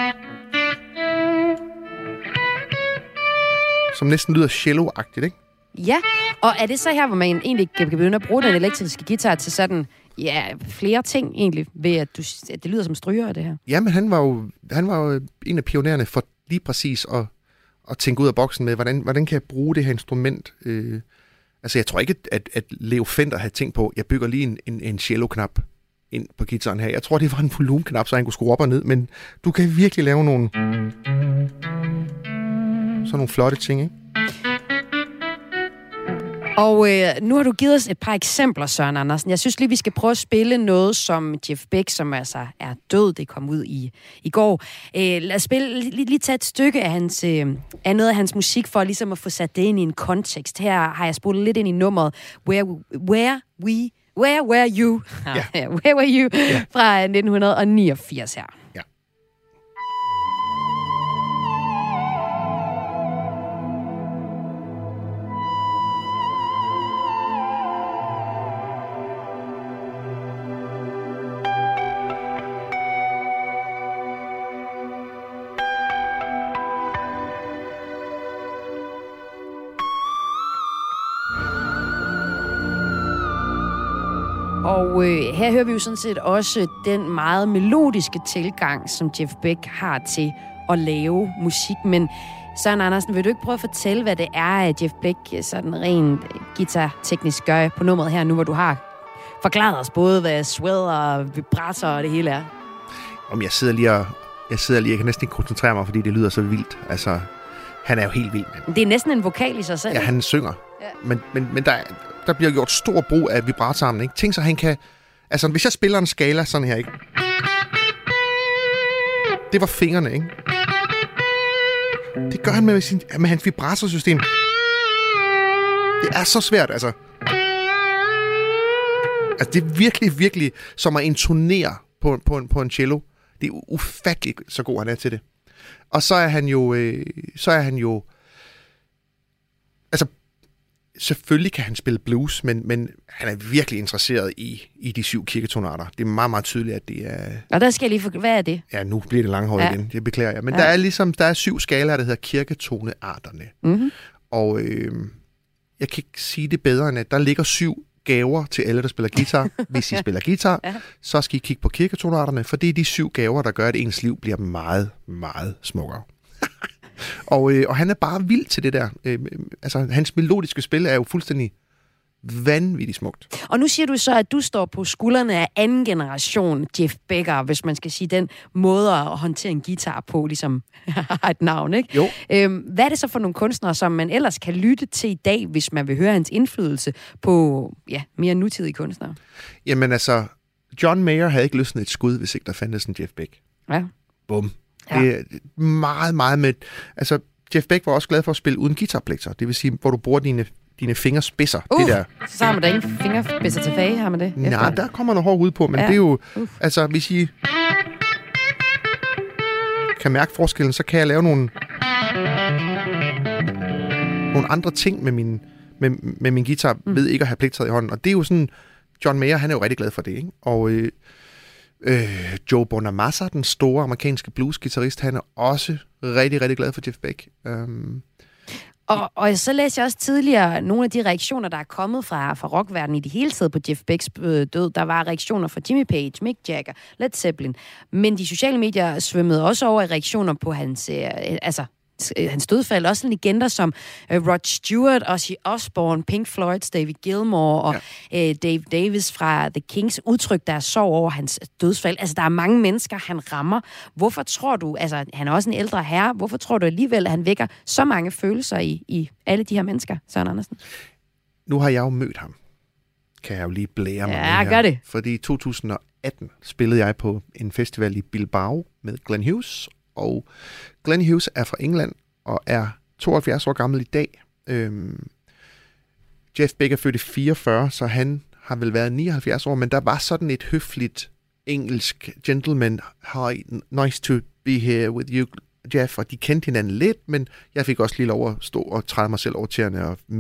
som næsten lyder cello-agtigt, ikke? Ja, og er det så her, hvor man egentlig kan begynde at bruge den elektriske guitar til sådan, ja, flere ting egentlig, ved at, du, at det lyder som stryger af det her? Ja, men han var jo, han var jo en af pionererne for lige præcis at, at tænke ud af boksen med, hvordan, hvordan kan jeg bruge det her instrument? Øh, altså, jeg tror ikke, at, at Leo Fender havde tænkt på, jeg bygger lige en, en, en cello-knap ind på guitaren her. Jeg tror, det var en volumenknap, så han kunne skrue op og ned, men du kan virkelig lave nogle sådan nogle flotte ting, ikke? Og øh, nu har du givet os et par eksempler, Søren Andersen. Jeg synes lige, vi skal prøve at spille noget, som Jeff Beck, som altså er død, det kom ud i, i går. Øh, lad os spille, lige, lige tage et stykke af, hans, øh, af noget af hans musik, for ligesom at få sat det ind i en kontekst. Her har jeg spolet lidt ind i nummeret Where, where We... Where Were You? Yeah. Where Were You? Yeah. Fra nitten niogfirs her. Ja. Og øh, her hører vi jo sådan set også den meget melodiske tilgang, som Jeff Beck har til at lave musik. Men Søren Andersen, vil du ikke prøve at fortælle, hvad det er, at Jeff Beck sådan rent guitarteknisk gør på nummeret her, nu hvor du har forklaret os både, hvad swell og vibrator og det hele er? Om jeg sidder lige og jeg sidder lige, jeg kan næsten ikke koncentrere mig, fordi det lyder så vildt. Altså, han er jo helt vild, mand. Det er næsten en vokal i sig selv. Ja, han synger. Ja. Men, men, men der, der bliver gjort stor brug af vibratorarmen, ikke? Tænk så, han kan... Altså, hvis jeg spiller en skala sådan her, ikke? Det var fingrene, ikke? Det gør han med, sin, med hans vibratorsystem. Det er så svært, altså. Altså, det er virkelig, virkelig som at intonere på, på, en, på en cello. Det er ufatteligt, så god han er til det. Og så er han jo... Øh, så er han jo... Altså, selvfølgelig kan han spille blues, men, men han er virkelig interesseret i, i de syv kirketonarter. Det er meget, meget tydeligt, at det er... Og der skal jeg lige forklare, hvad er det? Ja, nu bliver det langhåret ja. igen. Det beklager jeg. Men ja. der er ligesom, der er syv skalaer, der hedder kirketonearterne. Mm-hmm. Og øh, jeg kan ikke sige det bedre, end at der ligger syv gaver til alle, der spiller guitar. Hvis I spiller guitar, ja. så skal I kigge på kirketonarterne, for det er de syv gaver, der gør, at ens liv bliver meget, meget smukkere. og, øh, og han er bare vild til det der. Øh, altså, hans melodiske spil er jo fuldstændig vanvittigt smukt. Og nu siger du så, at du står på skuldrene af anden generation Jeff Becker, hvis man skal sige den måde at håndtere en guitar på, ligesom har et navn, ikke? Jo. Øhm, hvad er det så for nogle kunstnere, som man ellers kan lytte til i dag, hvis man vil høre hans indflydelse på ja, mere nutidige kunstnere? Jamen altså, John Mayer havde ikke løsnet et skud, hvis ikke der fandtes en Jeff Beck. Ja. Bum. Ja. Det er meget, meget med... Altså, Jeff Beck var også glad for at spille uden guitarplekter. Det vil sige, hvor du bruger dine, dine fingerspidser. Uh, det der. Så har man da ingen fingerspidser tilbage, har man det? Nej, der kommer noget hård ud på, men ja. det er jo... Uh. Altså, hvis I kan mærke forskellen, så kan jeg lave nogle... nogle andre ting med min, med, med min guitar, mm. ved ikke at have plektret i hånden. Og det er jo sådan... John Mayer, han er jo rigtig glad for det, ikke? Og... Øh, Øh, Joe Bonamassa, den store amerikanske bluesgitarrist, han er også rigtig, rigtig glad for Jeff Beck. Um... Og, og så læste jeg også tidligere nogle af de reaktioner, der er kommet fra, fra rockverdenen i det hele taget på Jeff Becks øh, død. Der var reaktioner fra Jimmy Page, Mick Jagger, Led Zeppelin. Men de sociale medier svømmede også over i reaktioner på hans... Øh, altså hans dødfald, også legender som uh, Rod Stewart, Ozzy Osbourne, Pink Floyds, David Gilmour og ja. uh, Dave Davis fra The Kings udtryk deres sorg over hans dødsfald. Altså, der er mange mennesker, han rammer. Hvorfor tror du, altså, han er også en ældre herre, hvorfor tror du alligevel, at han vækker så mange følelser i, i alle de her mennesker, Søren Andersen? Nu har jeg jo mødt ham. Kan jeg jo lige blære mig ja, med gør det. Fordi i to tusind og atten spillede jeg på en festival i Bilbao med Glenn Hughes, og Glenn Hughes er fra England og er tooghalvfjerds år gammel i dag. Øhm, Jeff Beck er født i fireogfyrre, så han har vel været nioghalvfjerds år, men der var sådan et høfligt engelsk gentleman. Hi, nice to be here with you, Jeff. Og de kendte hinanden lidt, men jeg fik også lige lov at stå og træde mig selv over tæerne og miste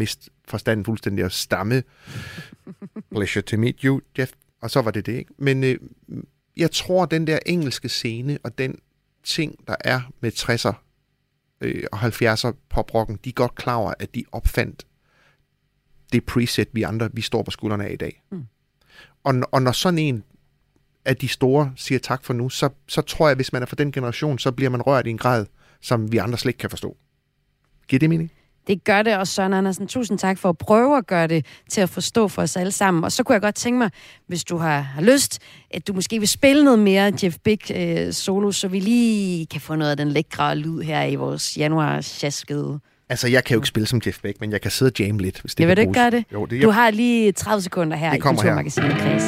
forstanden fuldstændig at stamme. Pleasure to meet you, Jeff. Og så var det det, ikke? Men øh, jeg tror, den der engelske scene og den ting, der er med tresser øh, og halvfjerdser poprocken, de er godt klar over, at de opfandt det preset, vi andre, vi står på skuldrene af i dag. Mm. Og, og når sådan en af de store siger tak for nu, så, så tror jeg, hvis man er fra den generation, så bliver man rørt i en grad, som vi andre slet ikke kan forstå. Giver det mening? Det gør det, og Søren Andersen, tusind tak for at prøve at gøre det til at forstå for os alle sammen. Og så kunne jeg godt tænke mig, hvis du har, har lyst, at du måske vil spille noget mere Jeff Beck øh, solo, så vi lige kan få noget af den lækre lyd her i vores januar-sjaskede. Altså, jeg kan jo ikke spille som Jeff Beck, men jeg kan sidde og jamme lidt, hvis det jeg kan vil ikke gøre det? Jo, det du har lige tredive sekunder her i Kulturmagasinet Kreds.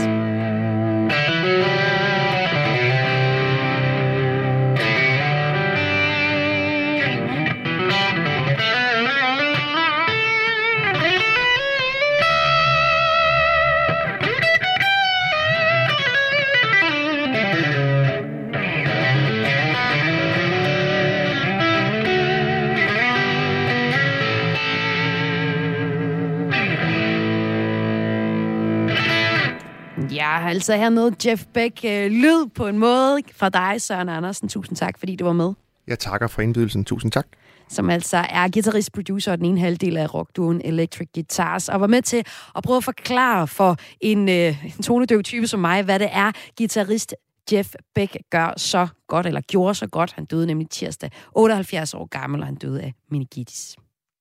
Ja, altså her med Jeff Beck. Øh, lyd på en måde fra dig, Søren Andersen. Tusind tak, fordi du var med. Jeg takker for indbydelsen. Tusind tak. Som altså er guitarist, producer og den ene halvdel af rockduoen Electric Guitars, og var med til at prøve at forklare for en, øh, en tonedøv type som mig, hvad det er, guitarist Jeff Beck gør så godt, eller gjorde så godt. Han døde nemlig tirsdag, otteoghalvfjerds år gammel, og han døde af meningitis.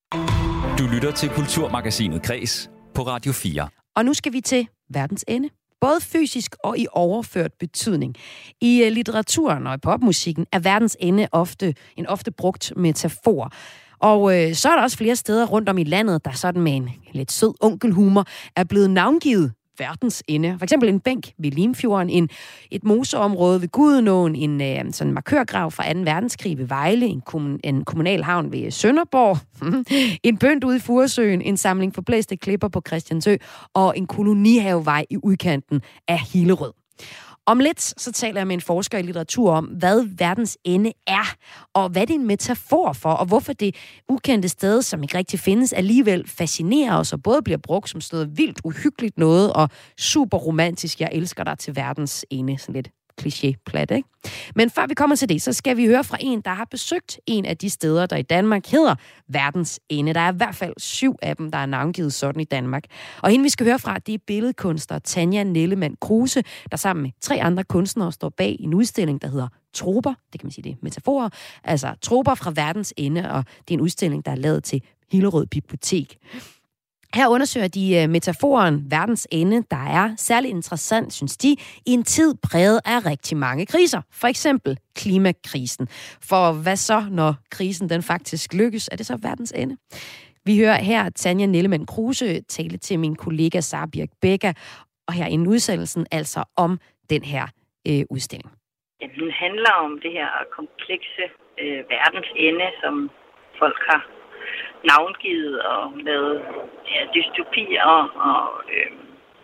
Du lytter til Kulturmagasinet Kreds på Radio fire. Og nu skal vi til verdens ende. Både fysisk og i overført betydning. I litteraturen og i popmusikken er verdens ende ofte en ofte brugt metafor. Og øh, så er der også flere steder rundt om i landet, der sådan med en lidt sød onkelhumor er blevet navngivet verdens ende. For eksempel en bænk ved Limfjorden, en, et moseområde ved Gudenåen, en øh, sådan markørgrav fra anden verdenskrig ved Vejle, en, kommun, en kommunal havn ved Sønderborg, en pynt ude i Furesøen, en samling forblæste klipper på Christiansø og en kolonihavevej i udkanten af Hillerød. Om lidt så taler jeg med en forsker i litteratur om, hvad verdens ende er, og hvad det er en metafor for, og hvorfor det ukendte sted, som ikke rigtig findes, alligevel fascinerer os, og både bliver brugt som noget vildt uhyggeligt noget, og super romantisk, jeg elsker dig til verdens ende, sådan lidt kliché-plat, ikke? Men før vi kommer til det, så skal vi høre fra en, der har besøgt en af de steder, der i Danmark hedder verdens ende. Der er i hvert fald syv af dem, der er navngivet sådan i Danmark. Og hende, vi skal høre fra, det er billedkunstner Tanja Nellemann Kruse, der sammen med tre andre kunstnere står bag en udstilling, der hedder Troper. Det kan man sige, det er metaforer. Altså Troper fra verdens ende, og det er en udstilling, der er lavet til Hillerød Bibliotek. Her undersøger de metaforen verdens ende, der er særligt interessant, synes de, i en tid præget af rigtig mange kriser. For eksempel klimakrisen. For hvad så, når krisen den faktisk lykkes? Er det så verdens ende? Vi hører her Tanja Nellemann Kruse tale til min kollega Sara Birk Becker, og her inden udsendelsen altså om den her øh, udstilling. Ja, den handler om det her komplekse øh, verdens ende, som folk har navngivet og lavet ja, dystopier og øh,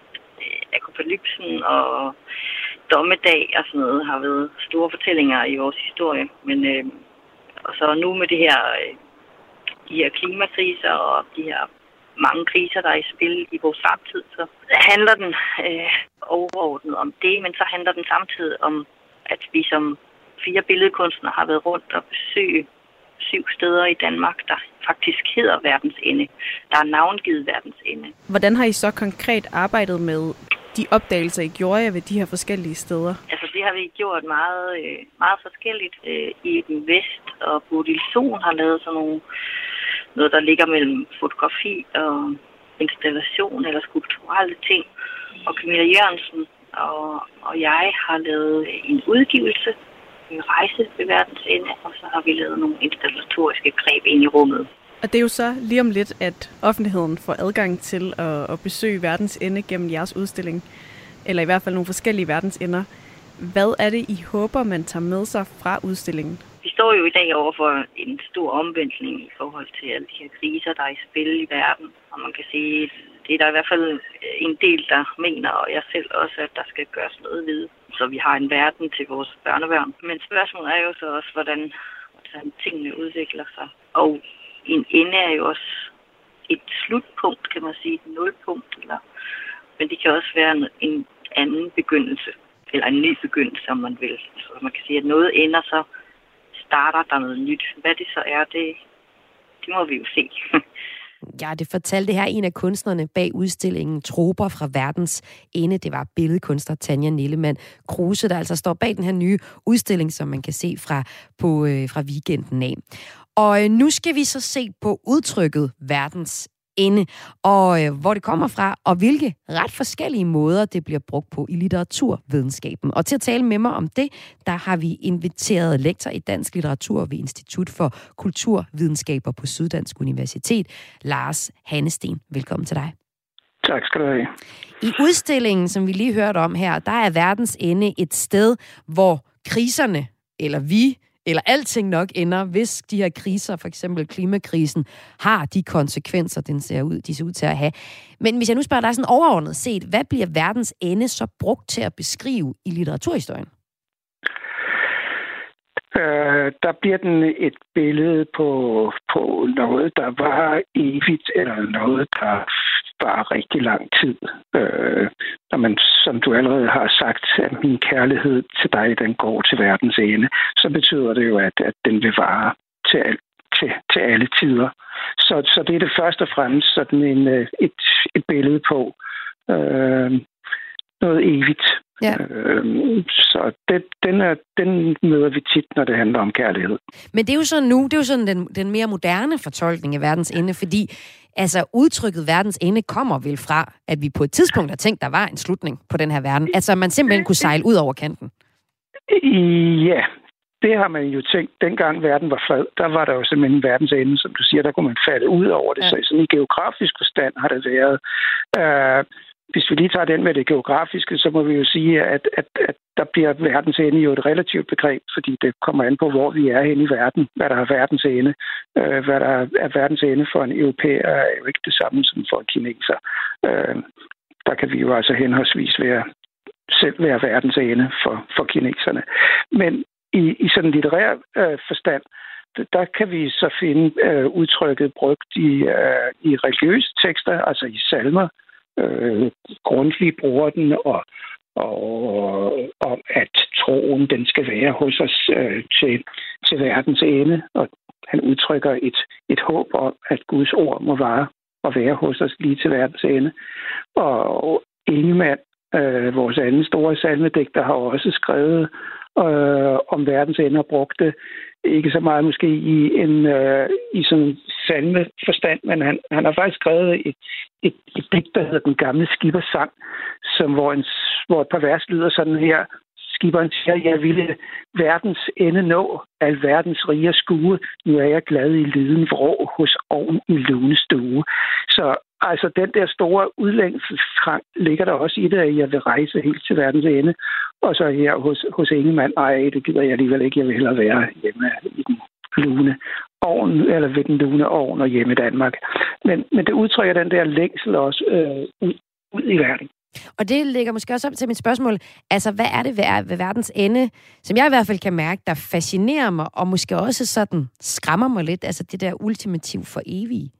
apokalypsen og dommedag og sådan noget har været store fortællinger i vores historie. Men øh, og så nu med det her, øh, de her klimakriser og de her mange kriser, der er i spil i vores samtid, så handler den øh, overordnet om det, men så handler den samtidig om, at vi som fire billedkunstnere har været rundt og besøgt syv steder i Danmark, der faktisk hedder verdens ende. Der er navngivet verdens ende. Hvordan har I så konkret arbejdet med de opdagelser, I gjorde ved de her forskellige steder? Altså det har vi gjort meget, meget forskelligt. I den Vest og Bodil Sohn har lavet sådan nogle, noget, der ligger mellem fotografi og installation eller skulpturelle ting. Og Camilla Jørgensen og, og jeg har lavet en udgivelse, en rejse ved verdens ende, og så har vi lavet nogle installatoriske greb ind i rummet. Og det er jo så lige om lidt, at offentligheden får adgang til at, at besøge verdens ende gennem jeres udstilling, eller i hvert fald nogle forskellige verdens ender. Hvad er det, I håber, man tager med sig fra udstillingen? Vi står jo i dag over for en stor omvæltning i forhold til alle de her kriser, der er i spil i verden. Og man kan sige, det er der i hvert fald en del, der mener, og jeg selv også, at der skal gøres noget ved. Så vi har en verden til vores børnebørn. Men spørgsmålet er jo så også, hvordan, hvordan tingene udvikler sig. Og en ende er jo også et slutpunkt, kan man sige, et nulpunkt, eller, men det kan også være en, en anden begyndelse, eller en ny begyndelse, som man vil. Så man kan sige, at noget ender, så starter der noget nyt. Hvad det så er, det, det må vi jo se. Ja, det fortalte her en af kunstnerne bag udstillingen Troper fra verdens ende. Det var billedkunstner Tanja Nillemann Kruse, der altså står bag den her nye udstilling, som man kan se fra, på, øh, fra weekenden af. Og øh, nu skal vi så se på udtrykket verdens ende, og øh, hvor det kommer fra, og hvilke ret forskellige måder det bliver brugt på i litteraturvidenskaben. Og til at tale med mig om det, der har vi inviteret lektor i dansk litteratur ved Institut for Kulturvidenskaber på Syddansk Universitet, Lars Hannesten. Velkommen til dig. Tak skal du have. I udstillingen, som vi lige hørte om her, der er verdens ende et sted, hvor kriserne, eller vi, eller alting nok ender, hvis de her kriser, for eksempel klimakrisen, har de konsekvenser, den ser ud, de ser ud til at have. Men hvis jeg nu spørger dig sådan overordnet set, hvad bliver verdens ende så brugt til at beskrive i litteraturhistorien? Øh, der bliver den et billede på, på noget, der var evigt, eller noget, der var rigtig lang tid. Øh, når man, som du allerede har sagt, at min kærlighed til dig, den går til verdens ende, så betyder det jo, at, at den vil vare til, al, til, til alle tider. Så, så det er det først og fremmest sådan en, et, et billede på øh, noget evigt. Ja. Øh, så det, den, er, den møder vi tit, når det handler om kærlighed. Men det er jo sådan nu, det er jo sådan den, den mere moderne fortolkning af verdens ende, fordi altså udtrykket verdens ende kommer vel fra, at vi på et tidspunkt har tænkt, der var en slutning på den her verden. Altså man simpelthen kunne sejle ud over kanten. Ja, det har man jo tænkt. Dengang verden var fred, der var der jo simpelthen verdens ende, som du siger, der kunne man falde ud over det. Ja. Så sådan i geografisk forstand har det været... Øh, Hvis vi lige tager den med det geografiske, så må vi jo sige, at, at, at der bliver verdens ende jo et relativt begreb, fordi det kommer an på, hvor vi er henne i verden, hvad der er verdens ende. Øh, hvad der er verdens ende for en europæer er jo ikke det samme som for en kineser. Øh, der kan vi jo altså henholdsvis være, selv være verdens ende for, for kineserne. Men i, i sådan en litterær øh, forstand, der kan vi så finde øh, udtrykket brugt i, øh, i religiøse tekster, altså i salmer. Øh, Grundtvig bruger den, og, og om at troen, den skal være hos os øh, til, til verdens ende, og han udtrykker et, et håb om, at Guds ord må vare og være hos os lige til verdens ende. Og Ingemann, øh, vores anden store salmedigter, har også skrevet øh, om verdens ende og brugt det. Ikke så meget måske i en øh, i sådan salmeforstand, men han, han har faktisk skrevet et, et, et digt, der hedder Den gamle skippers sang, som, hvor, en, hvor et par vers lyder sådan her. Skipperen siger, jeg ville verdens ende nå, al verdens riger skue, nu er jeg glad i liden vrå hos ovn i lunestue. Så altså den der store udlængselstrang ligger der også i det, at jeg vil rejse helt til verdens ende. Og så her hos, hos Ingemann, ej, det gider jeg alligevel ikke, jeg vil hellere være hjemme i den lune ovn, eller ved den lune ovn og hjemme i Danmark. Men, men det udtrykker den der længsel også øh, ud, ud i verden. Og det ligger måske også op til mit spørgsmål. Altså, hvad er det ved, ved verdens ende, som jeg i hvert fald kan mærke, der fascinerer mig, og måske også sådan skræmmer mig lidt, altså det der ultimativ for evige?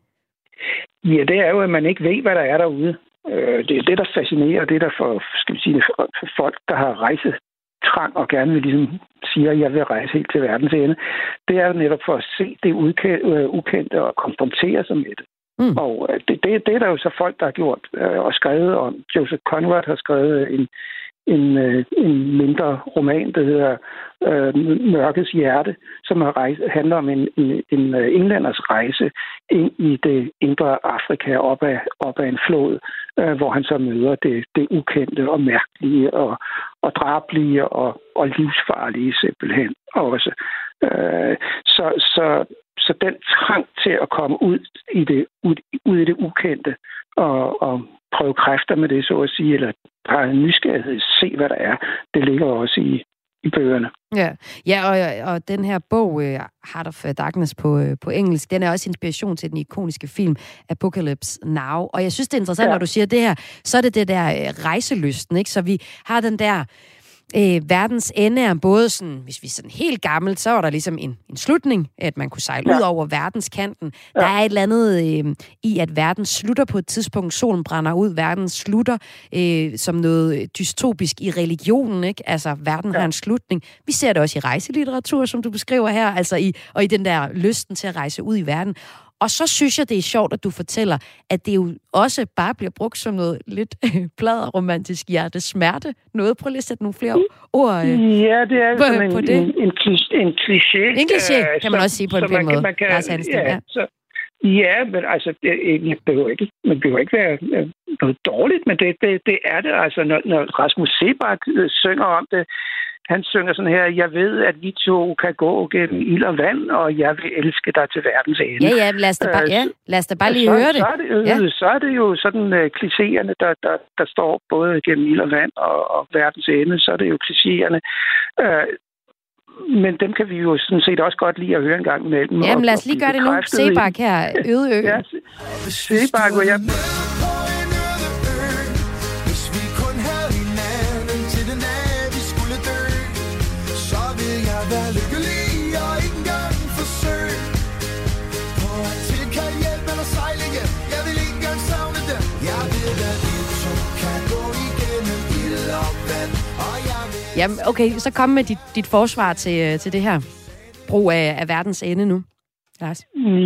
Ja, det er jo, at man ikke ved, hvad der er derude. Det er det, der fascinerer, det der for, skal vi sige, for, for folk, der har rejsetrang og gerne vil ligesom sige, at jeg vil rejse helt til verdens ende. Det er jo netop for at se det ukendte og konfrontere sig med det. Mm. Og det, det, det er der jo så folk, der har gjort øh, og skrevet om. Joseph Conrad har skrevet en, en, øh, en mindre roman, der hedder øh, Mørkets hjerte, som har rejse, handler om en, en, en englænders rejse ind i det indre Afrika op ad, op ad en flod, øh, hvor han så møder det, det ukendte og mærkelige og, og drablige og, og livsfarlige simpelthen også. Øh, så, så Så den trang til at komme ud i det, ud, ud i det ukendte og, og prøve kræfter med det, så at sige, eller bare en nysgerrighed, se hvad der er, det ligger også i, i bøgerne. Ja, ja og, og den her bog, uh, Heart of Darkness på, uh, på engelsk, den er også inspiration til den ikoniske film Apocalypse Now. Og jeg synes, det er interessant, ja. Når du siger det her, så er det det der uh, rejselysten, ikke? Så vi har den der Øh, verdens ende er både sådan, hvis vi er sådan helt gammelt, så var der ligesom en, en slutning, at man kunne sejle ja. ud over verdenskanten. Ja. Der er et eller andet øh, i, at verden slutter på et tidspunkt. Solen brænder ud, verden slutter øh, som noget dystopisk i religionen, ikke? Altså, verden ja. har en slutning. Vi ser det også i rejselitteratur, som du beskriver her, altså i, og i den der lysten til at rejse ud i verden. Og så synes jeg, det er sjovt, at du fortæller, at det jo også bare bliver brugt som noget lidt pladeromantisk hjertesmerte. Noget, prøv lige at sætte nogle flere ord øh, ja, det er på, sådan en, på det. En, en, en kliché. En kliché, øh, kan man så, også sige på en pæn måde. Man kan, Lars Hansen, ja, ja. Så, ja, men altså, det, det behøver ikke, man behøver ikke være noget dårligt, men det, det, det er det. Altså, når, når Rasmus Seebach øh, synger om det, han synger sådan her, jeg ved, at vi to kan gå gennem ild og vand, og jeg vil elske dig til verdens ende. Ja, ja, lad os da bare, ja, lad os da bare lige så, høre det. Så er det, ja. så er det jo sådan uh, klichéerne, der, der, der står både gennem ild og vand og, og verdens ende, så er det jo klichéerne. Uh, men dem kan vi jo sådan set også godt lide at høre en gang imellem. Jamen, lad os lige gøre det nu. Seebach her, Øde Ø. Ja, Seebach, hvor jeg... Vær lykkelig og ikke engang forsøg på at tilkalde hjælp eller sejle hjem. Jeg vil ikke engang savne dem. Jeg ved, at vi to kan gå igennem ild og vand. Og jeg vil... Jamen, okay, så kom med dit, dit forsvar til, til det her brug af, af verdens ende nu, Lars.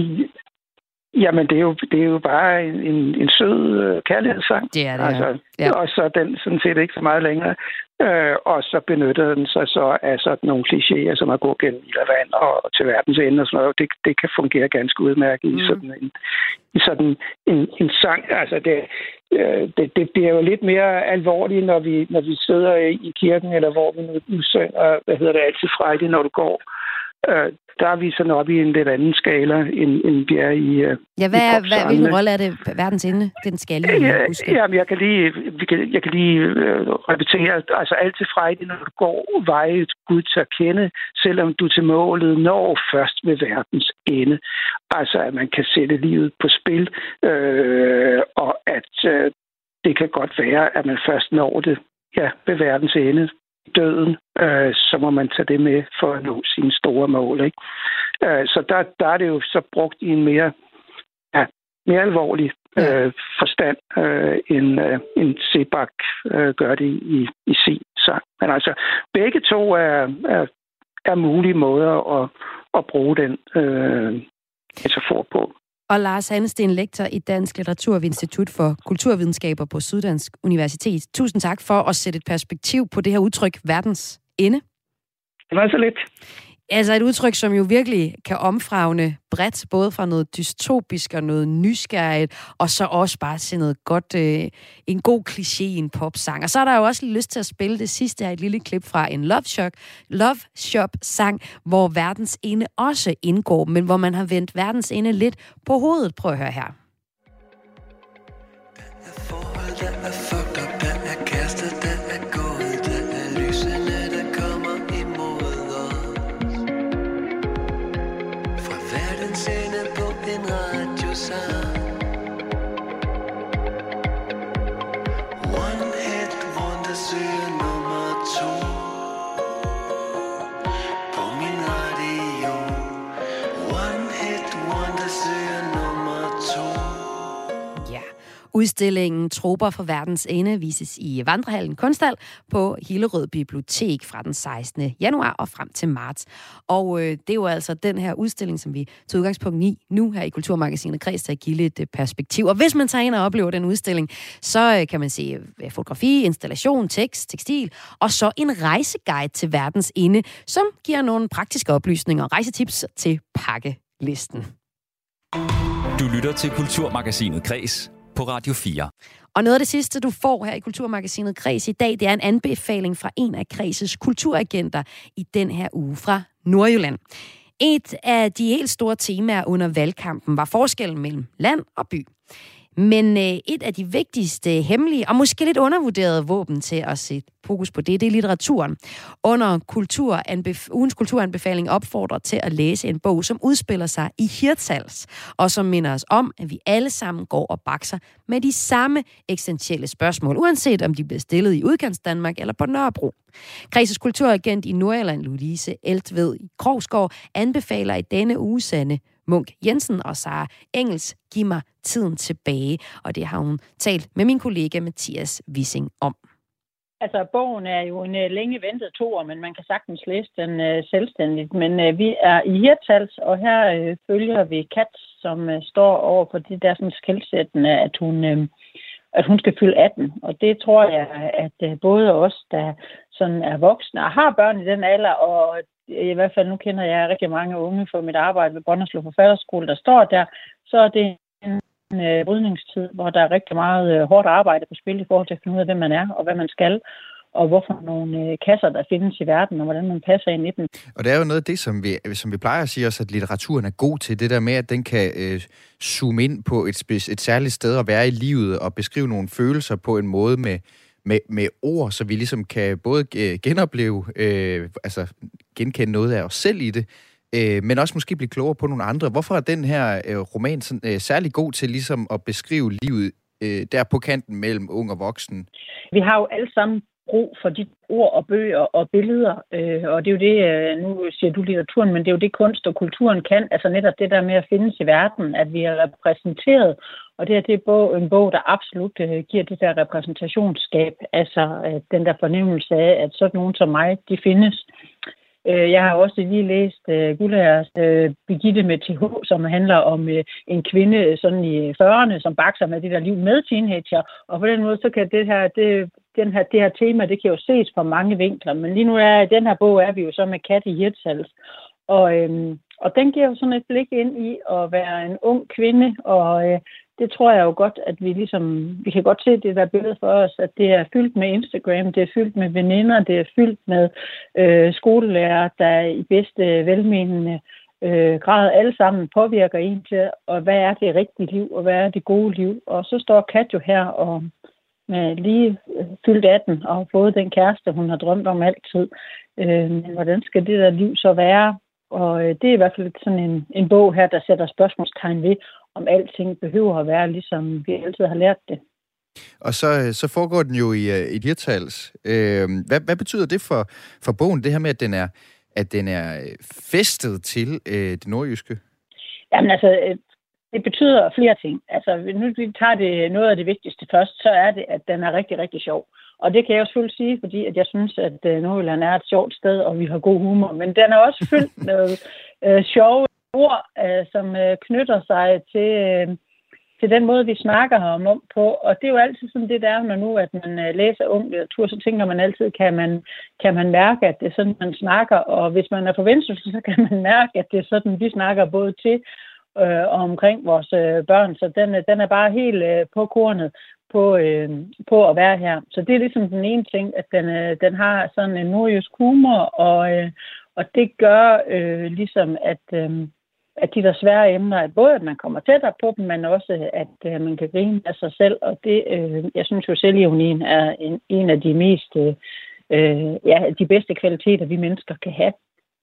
Jamen, det er jo, det er jo bare en, en, en sød uh, kærlighedssang. Det er det, altså, ja. Og så den sådan set ikke så meget længere. Øh, og så benytter den sig så af sådan nogle klichéer, som at gå gennem ild og vand og, og til verdens ende og sådan noget. Det, det kan fungere ganske udmærket mm. i sådan en, i sådan en, en sang. Altså, det, øh, det, det bliver jo lidt mere alvorligt, når vi, når vi sidder i kirken, eller hvor vi nu, nu synger, hvad hedder det, altid frejligt, når du går. Øh, der er vi sådan oppe i en lidt anden skala, end, end vi er i uh, Ja, hvad er, hvad, hvilken rolle er det verdens ende? Den skal jeg lige huske. Jamen, jeg kan lige, vi kan, jeg kan lige uh, repetere, altså altid frejdigt, når du går veje Gud til at kende, selvom du til målet når først ved verdens ende. Altså, at man kan sætte livet på spil, øh, og at øh, det kan godt være, at man først når det ja, ved verdens ende. Døden, øh, så må man tage det med for at nå sine store mål. Ikke? Øh, så der, der er det jo så brugt i en mere, ja, mere alvorlig øh, forstand, øh, end, øh, end Seebach øh, gør det i, i sin sang. Men altså, begge to er, er, er mulige måder at, at bruge den øh, metafor på. Og Lars Hansen, lektor i Dansk Litteratur ved Institut for Kulturvidenskaber på Syddansk Universitet. Tusind tak for at sætte et perspektiv på det her udtryk, verdens ende. Det var så lidt. Altså et udtryk, som jo virkelig kan omfavne bredt, både fra noget dystopisk og noget nysgerrigt, og så også bare til noget godt, øh, en god kliché i en popsang. Og så er der jo også lyst til at spille det sidste her, et lille klip fra en Love Shop, Love Shop-sang, hvor verdens ende også indgår, men hvor man har vendt verdens ende lidt på hovedet. Prøv at høre her. Udstillingen Troper fra verdens ende vises i Vandrehallen Kunsthal på Hillerød Bibliotek fra den sekstende januar og frem til marts. Og øh, det er jo altså den her udstilling, som vi tager udgangspunkt i nu her i Kulturmagasinet Kreds, til at give lidt perspektiv. Og hvis man tager ind og oplever den udstilling, så øh, kan man se øh, fotografi, installation, tekst, tekstil, og så en rejseguide til verdens ende, som giver nogle praktiske oplysninger og rejsetips til pakkelisten. Du lytter til Kulturmagasinet Kreds på Radio fire. Og noget af det sidste, du får her i Kulturmagasinet Kreds i dag, det er en anbefaling fra en af Kreds' kulturagenter i den her uge fra Nordjylland. Et af de helt store temaer under valgkampen var forskellen mellem land og by. Men øh, et af de vigtigste hemmelige og måske lidt undervurderede våben til at sætte fokus på det, det er litteraturen. Under kulturanbef- ugens kulturanbefaling opfordrer til at læse en bog, som udspiller sig i Hirtshals, og som minder os om, at vi alle sammen går og bakser med de samme eksistentielle spørgsmål, uanset om de bliver stillet i Udkantsdanmark eller på Nørrebro. Kredsets kulturagent i Nordjylland, Louise Eltved Krogsgaard, anbefaler i denne uge Sanne Munk Jensen og Sara Engels Giv mig tiden tilbage, og det har hun talt med min kollega Mathias Wissing om. Altså, bogen er jo en uh, længe ventet toer, men man kan sagtens læse den uh, selvstændigt. Men uh, vi er i Hirtshals, og her uh, følger vi Kat, som uh, står over for det der sådan skældsættende, at hun, uh, at hun skal fylde atten. Og det tror jeg, at uh, både os, der sådan er voksne og har børn i den alder, og i hvert fald nu kender jeg rigtig mange unge for mit arbejde ved Brønderslev Forfatterskole, der står der, så er det en øh, brydningstid, hvor der er rigtig meget øh, hårdt arbejde på spil i forhold til at finde ud af, hvem man er og hvad man skal, og hvorfor nogle øh, kasser, der findes i verden, og hvordan man passer ind i dem. Og det er jo noget af det, som vi, som vi plejer at sige også, at litteraturen er god til, det der med, at den kan øh, zoome ind på et, et særligt sted at være i livet og beskrive nogle følelser på en måde med Med, med ord, så vi ligesom kan både genopleve, øh, altså genkende noget af os selv i det, øh, men også måske blive klogere på nogle andre. Hvorfor er den her øh, roman sådan, øh, særlig god til ligesom at beskrive livet øh, der på kanten mellem ung og voksen? Vi har jo alle sammen brug for de ord og bøger og billeder, øh, og det er jo det, øh, nu siger du litteraturen, men det er jo det kunst og kulturen kan, altså netop det der med at findes i verden, at vi er repræsenteret. Og det er, det er bog, en bog, der absolut uh, giver det der repræsentationsskab, altså uh, den der fornemmelse af, at sådan nogen som mig, de findes. Uh, jeg har også lige læst uh, Guldagers uh, Birgitte med T H, som handler om uh, en kvinde sådan i fyrrerne, som bakser med det der liv med teenager. Og på den måde, så kan det her, det, den her, det her tema, det kan jo ses på mange vinkler. Men lige nu er i den her bog, er vi jo så med Kat i Hirtshals. Og, øhm, og den giver jo sådan et blik ind i at være en ung kvinde, og øh, det tror jeg jo godt, at vi ligesom, vi kan godt se det der billede for os, at det er fyldt med Instagram, det er fyldt med veninder, det er fyldt med øh, skolelærer, der i bedste velmenende øh, grad alle sammen påvirker en til, og hvad er det rigtige liv, og hvad er det gode liv. Og så står Kat jo her og med lige fyldt atten og har fået den kæreste, hun har drømt om altid. Øh, men hvordan skal det der liv så være? Og øh, det er i hvert fald sådan en, en bog her, der sætter spørgsmålstegn ved, om alting behøver at være, ligesom vi altid har lært det. Og så, så foregår den jo i, i Hirtshals. Øh, hvad, hvad betyder det for, for bogen, det her med, at den er, at den er festet til øh, det nordjyske? Jamen altså, det betyder flere ting. Altså, nu vi tager det noget af det vigtigste først, så er det, at den er rigtig, rigtig sjov. Og det kan jeg jo selvfølgelig sige, fordi at jeg synes, at Nordjylland er et sjovt sted, og vi har god humor. Men den er også fyldt med øh, sjove ord, øh, som øh, knytter sig til, øh, til den måde, vi snakker om, om på. Og det er jo altid sådan det der, når nu at man øh, læser ung litteratur, så tænker man altid, kan man, kan man mærke, at det er sådan, man snakker. Og hvis man er forventet, så kan man mærke, at det er sådan, vi snakker både til øh, og omkring vores øh, børn. Så den, den er bare helt øh, på kornet. På, øh, på at være her. Så det er ligesom den ene ting, at den, øh, den har sådan en nordjysk humor, og, øh, og det gør øh, ligesom, at, øh, at de der svære emner, at både at man kommer tættere på dem, men også at øh, man kan grine af sig selv, og det, øh, jeg synes jo selvironien er en, en af de mest, øh, ja, de bedste kvaliteter, vi mennesker kan have.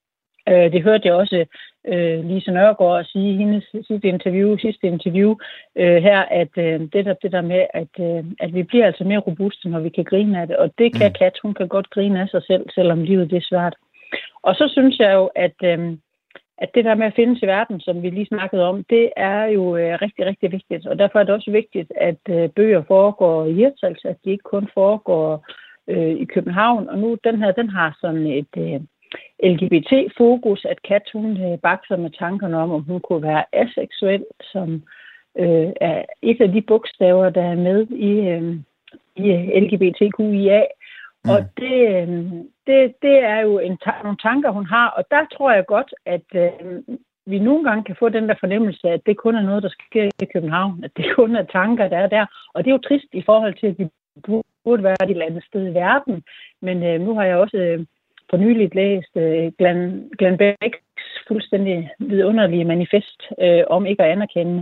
Øh, det hørte jeg også øh, Lise Nørgaard sige i hendes sidste interview, sidste interview øh, her, at øh, det, der, det der med, at, øh, at vi bliver altså mere robuste, når vi kan grine af det. Og det kan Kat, hun kan godt grine af sig selv, selvom livet det er svært. Og så synes jeg jo, at, øh, at det der med at findes i verden, som vi lige snakkede om, det er jo øh, rigtig, rigtig vigtigt. Og derfor er det også vigtigt, at øh, bøger foregår i Hirtshals, at de ikke kun foregår øh, i København. Og nu, den her, den har sådan et... Øh, L G B T-fokus, at Kat, hun bakser med tankerne om, om hun kunne være aseksuel, som øh, er et af de bogstaver, der er med i, øh, i L G B T Q I A. Mm. Og det, øh, det, det er jo en ta- nogle tanker, hun har, og der tror jeg godt, at øh, vi nogle gange kan få den der fornemmelse, at det kun er noget, der sker i København, at det kun er tanker, der er der. Og det er jo trist i forhold til, at vi burde være et eller andet sted i verden. Men øh, nu har jeg også... Øh, for nyligt læst uh, Glenn, Glenn Becks fuldstændig vidunderlige manifest uh, om ikke at anerkende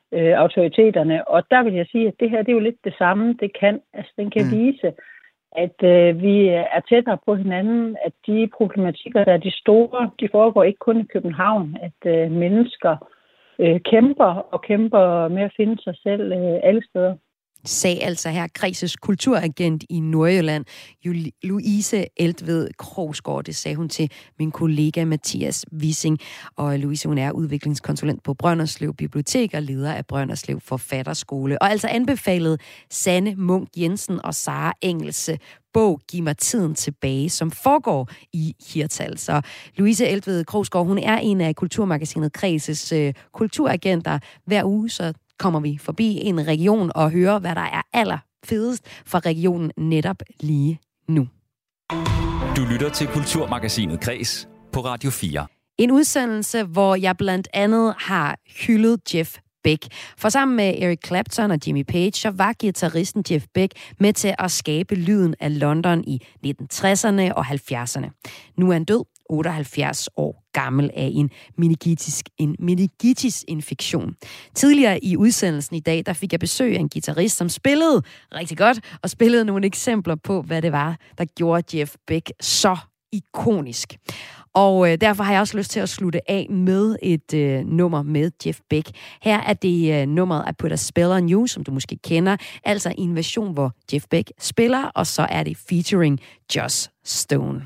øh, autoriteterne. Og der vil jeg sige, at det her det er jo lidt det samme. Det kan, altså, den kan mm. vise, at øh, vi er tættere på hinanden, at de problematikker, der er de store, de foregår ikke kun i København, at øh, mennesker øh, kæmper og kæmper med at finde sig selv øh, alle steder. Sagde altså her Kredses kulturagent i Nordjylland, Louise Eltved Krogsgaard. Det sagde hun til min kollega Mathias Wissing. Og Louise, hun er udviklingskonsulent på Brønderslev Bibliotek og leder af Brønderslev Forfatterskole. Og altså anbefalet Sanne Munk Jensen og Sara Engels bog Giv mig tiden tilbage, som foregår i Hirtshals. Så Louise Eltved Krogsgaard, hun er en af Kulturmagasinet Kredses øh, kulturagenter. Hver uge så kommer vi forbi en region og hører, hvad der er allerfedest for regionen netop lige nu. Du lytter til Kulturmagasinet Kreds på Radio fire. En udsendelse, hvor jeg blandt andet har hyldet Jeff Beck. For sammen med Eric Clapton og Jimmy Page, så var guitaristen Jeff Beck med til at skabe lyden af London i nitten tresserne og halvfjerdserne. Nu er han død, otteoghalvfjerds år gammel af en meningitis, en meningitis-infektion. Tidligere i udsendelsen i dag, der fik jeg besøg af en guitarist, som spillede rigtig godt, og spillede nogle eksempler på, hvad det var, der gjorde Jeff Beck så ikonisk. Og øh, derfor har jeg også lyst til at slutte af med et øh, nummer med Jeff Beck. Her er det øh, nummeret I Put a Spell on You, som du måske kender. Altså en version, hvor Jeff Beck spiller, og så er det featuring Joss Stone.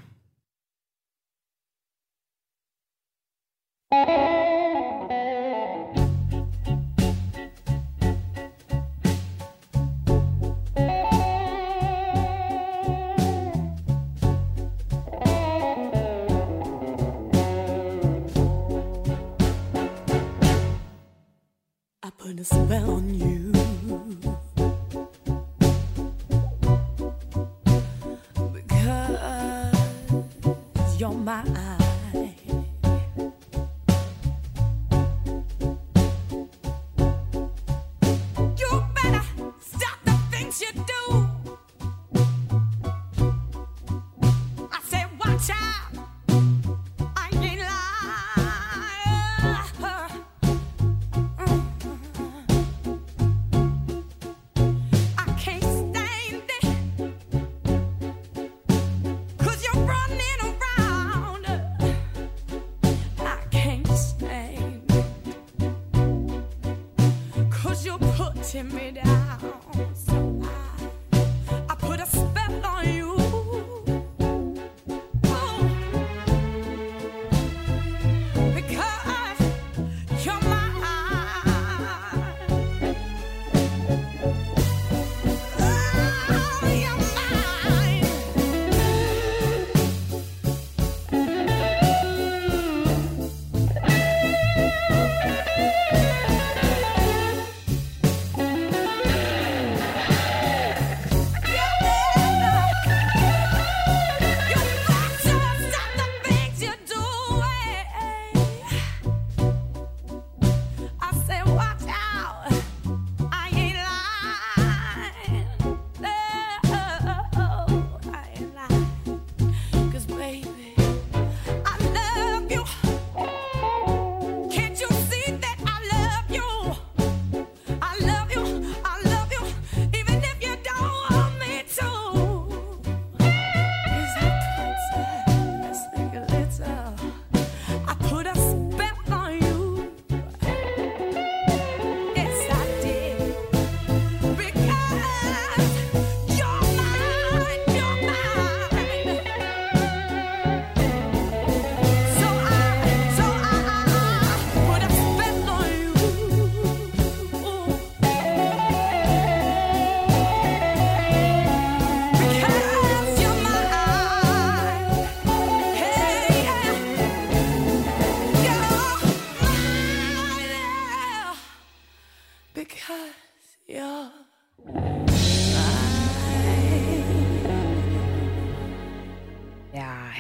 I put a spell on you. Because you're mine. Running around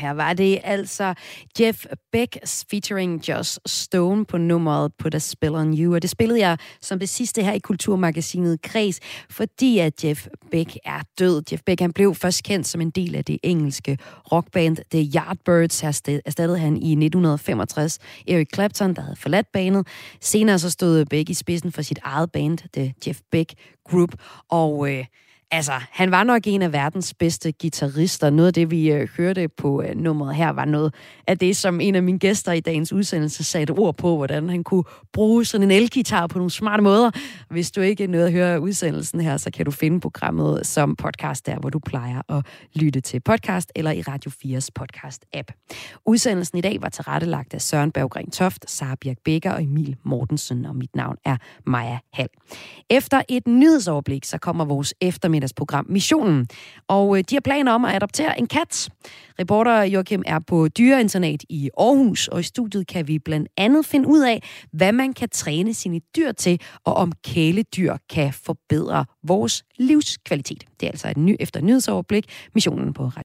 her var det altså Jeff Beck featuring Joss Stone på nummeret Put a Spell on You. Og det spillede jeg som det sidste her i Kulturmagasinet Kreds, fordi at Jeff Beck er død. Jeff Beck han blev først kendt som en del af det engelske rockband The Yardbirds. Her erstattede han i nitten femogtres Eric Clapton, der havde forladt bandet. Senere så stod Beck i spidsen for sit eget band, The Jeff Beck Group, og øh, altså, han var nok en af verdens bedste guitarister. Noget af det, vi øh, hørte på øh, nummeret her, var noget af det, som en af mine gæster i dagens udsendelse satte ord på, hvordan han kunne bruge sådan en elgitar på nogle smarte måder. Hvis du ikke nåede at høre udsendelsen her, så kan du finde programmet som podcast der, hvor du plejer at lytte til podcast, eller i Radio fires podcast-app. Udsendelsen i dag var tilrettelagt af Søren Berggren Toft, Sara Birk Becker og Emil Mortensen, og mit navn er Maja Hall. Efter et nyhedsoverblik, så kommer vores eftermiddagsprogram Missionen, og de har planer om at adoptere en kat. Reporter Joachim er på dyreinternat i Aarhus, og i studiet kan vi blandt andet finde ud af, hvad man kan træne sine dyr til, og om kæledyr kan forbedre vores livskvalitet. Det er altså et ny efter nyhedsoverblik, Missionen på Radio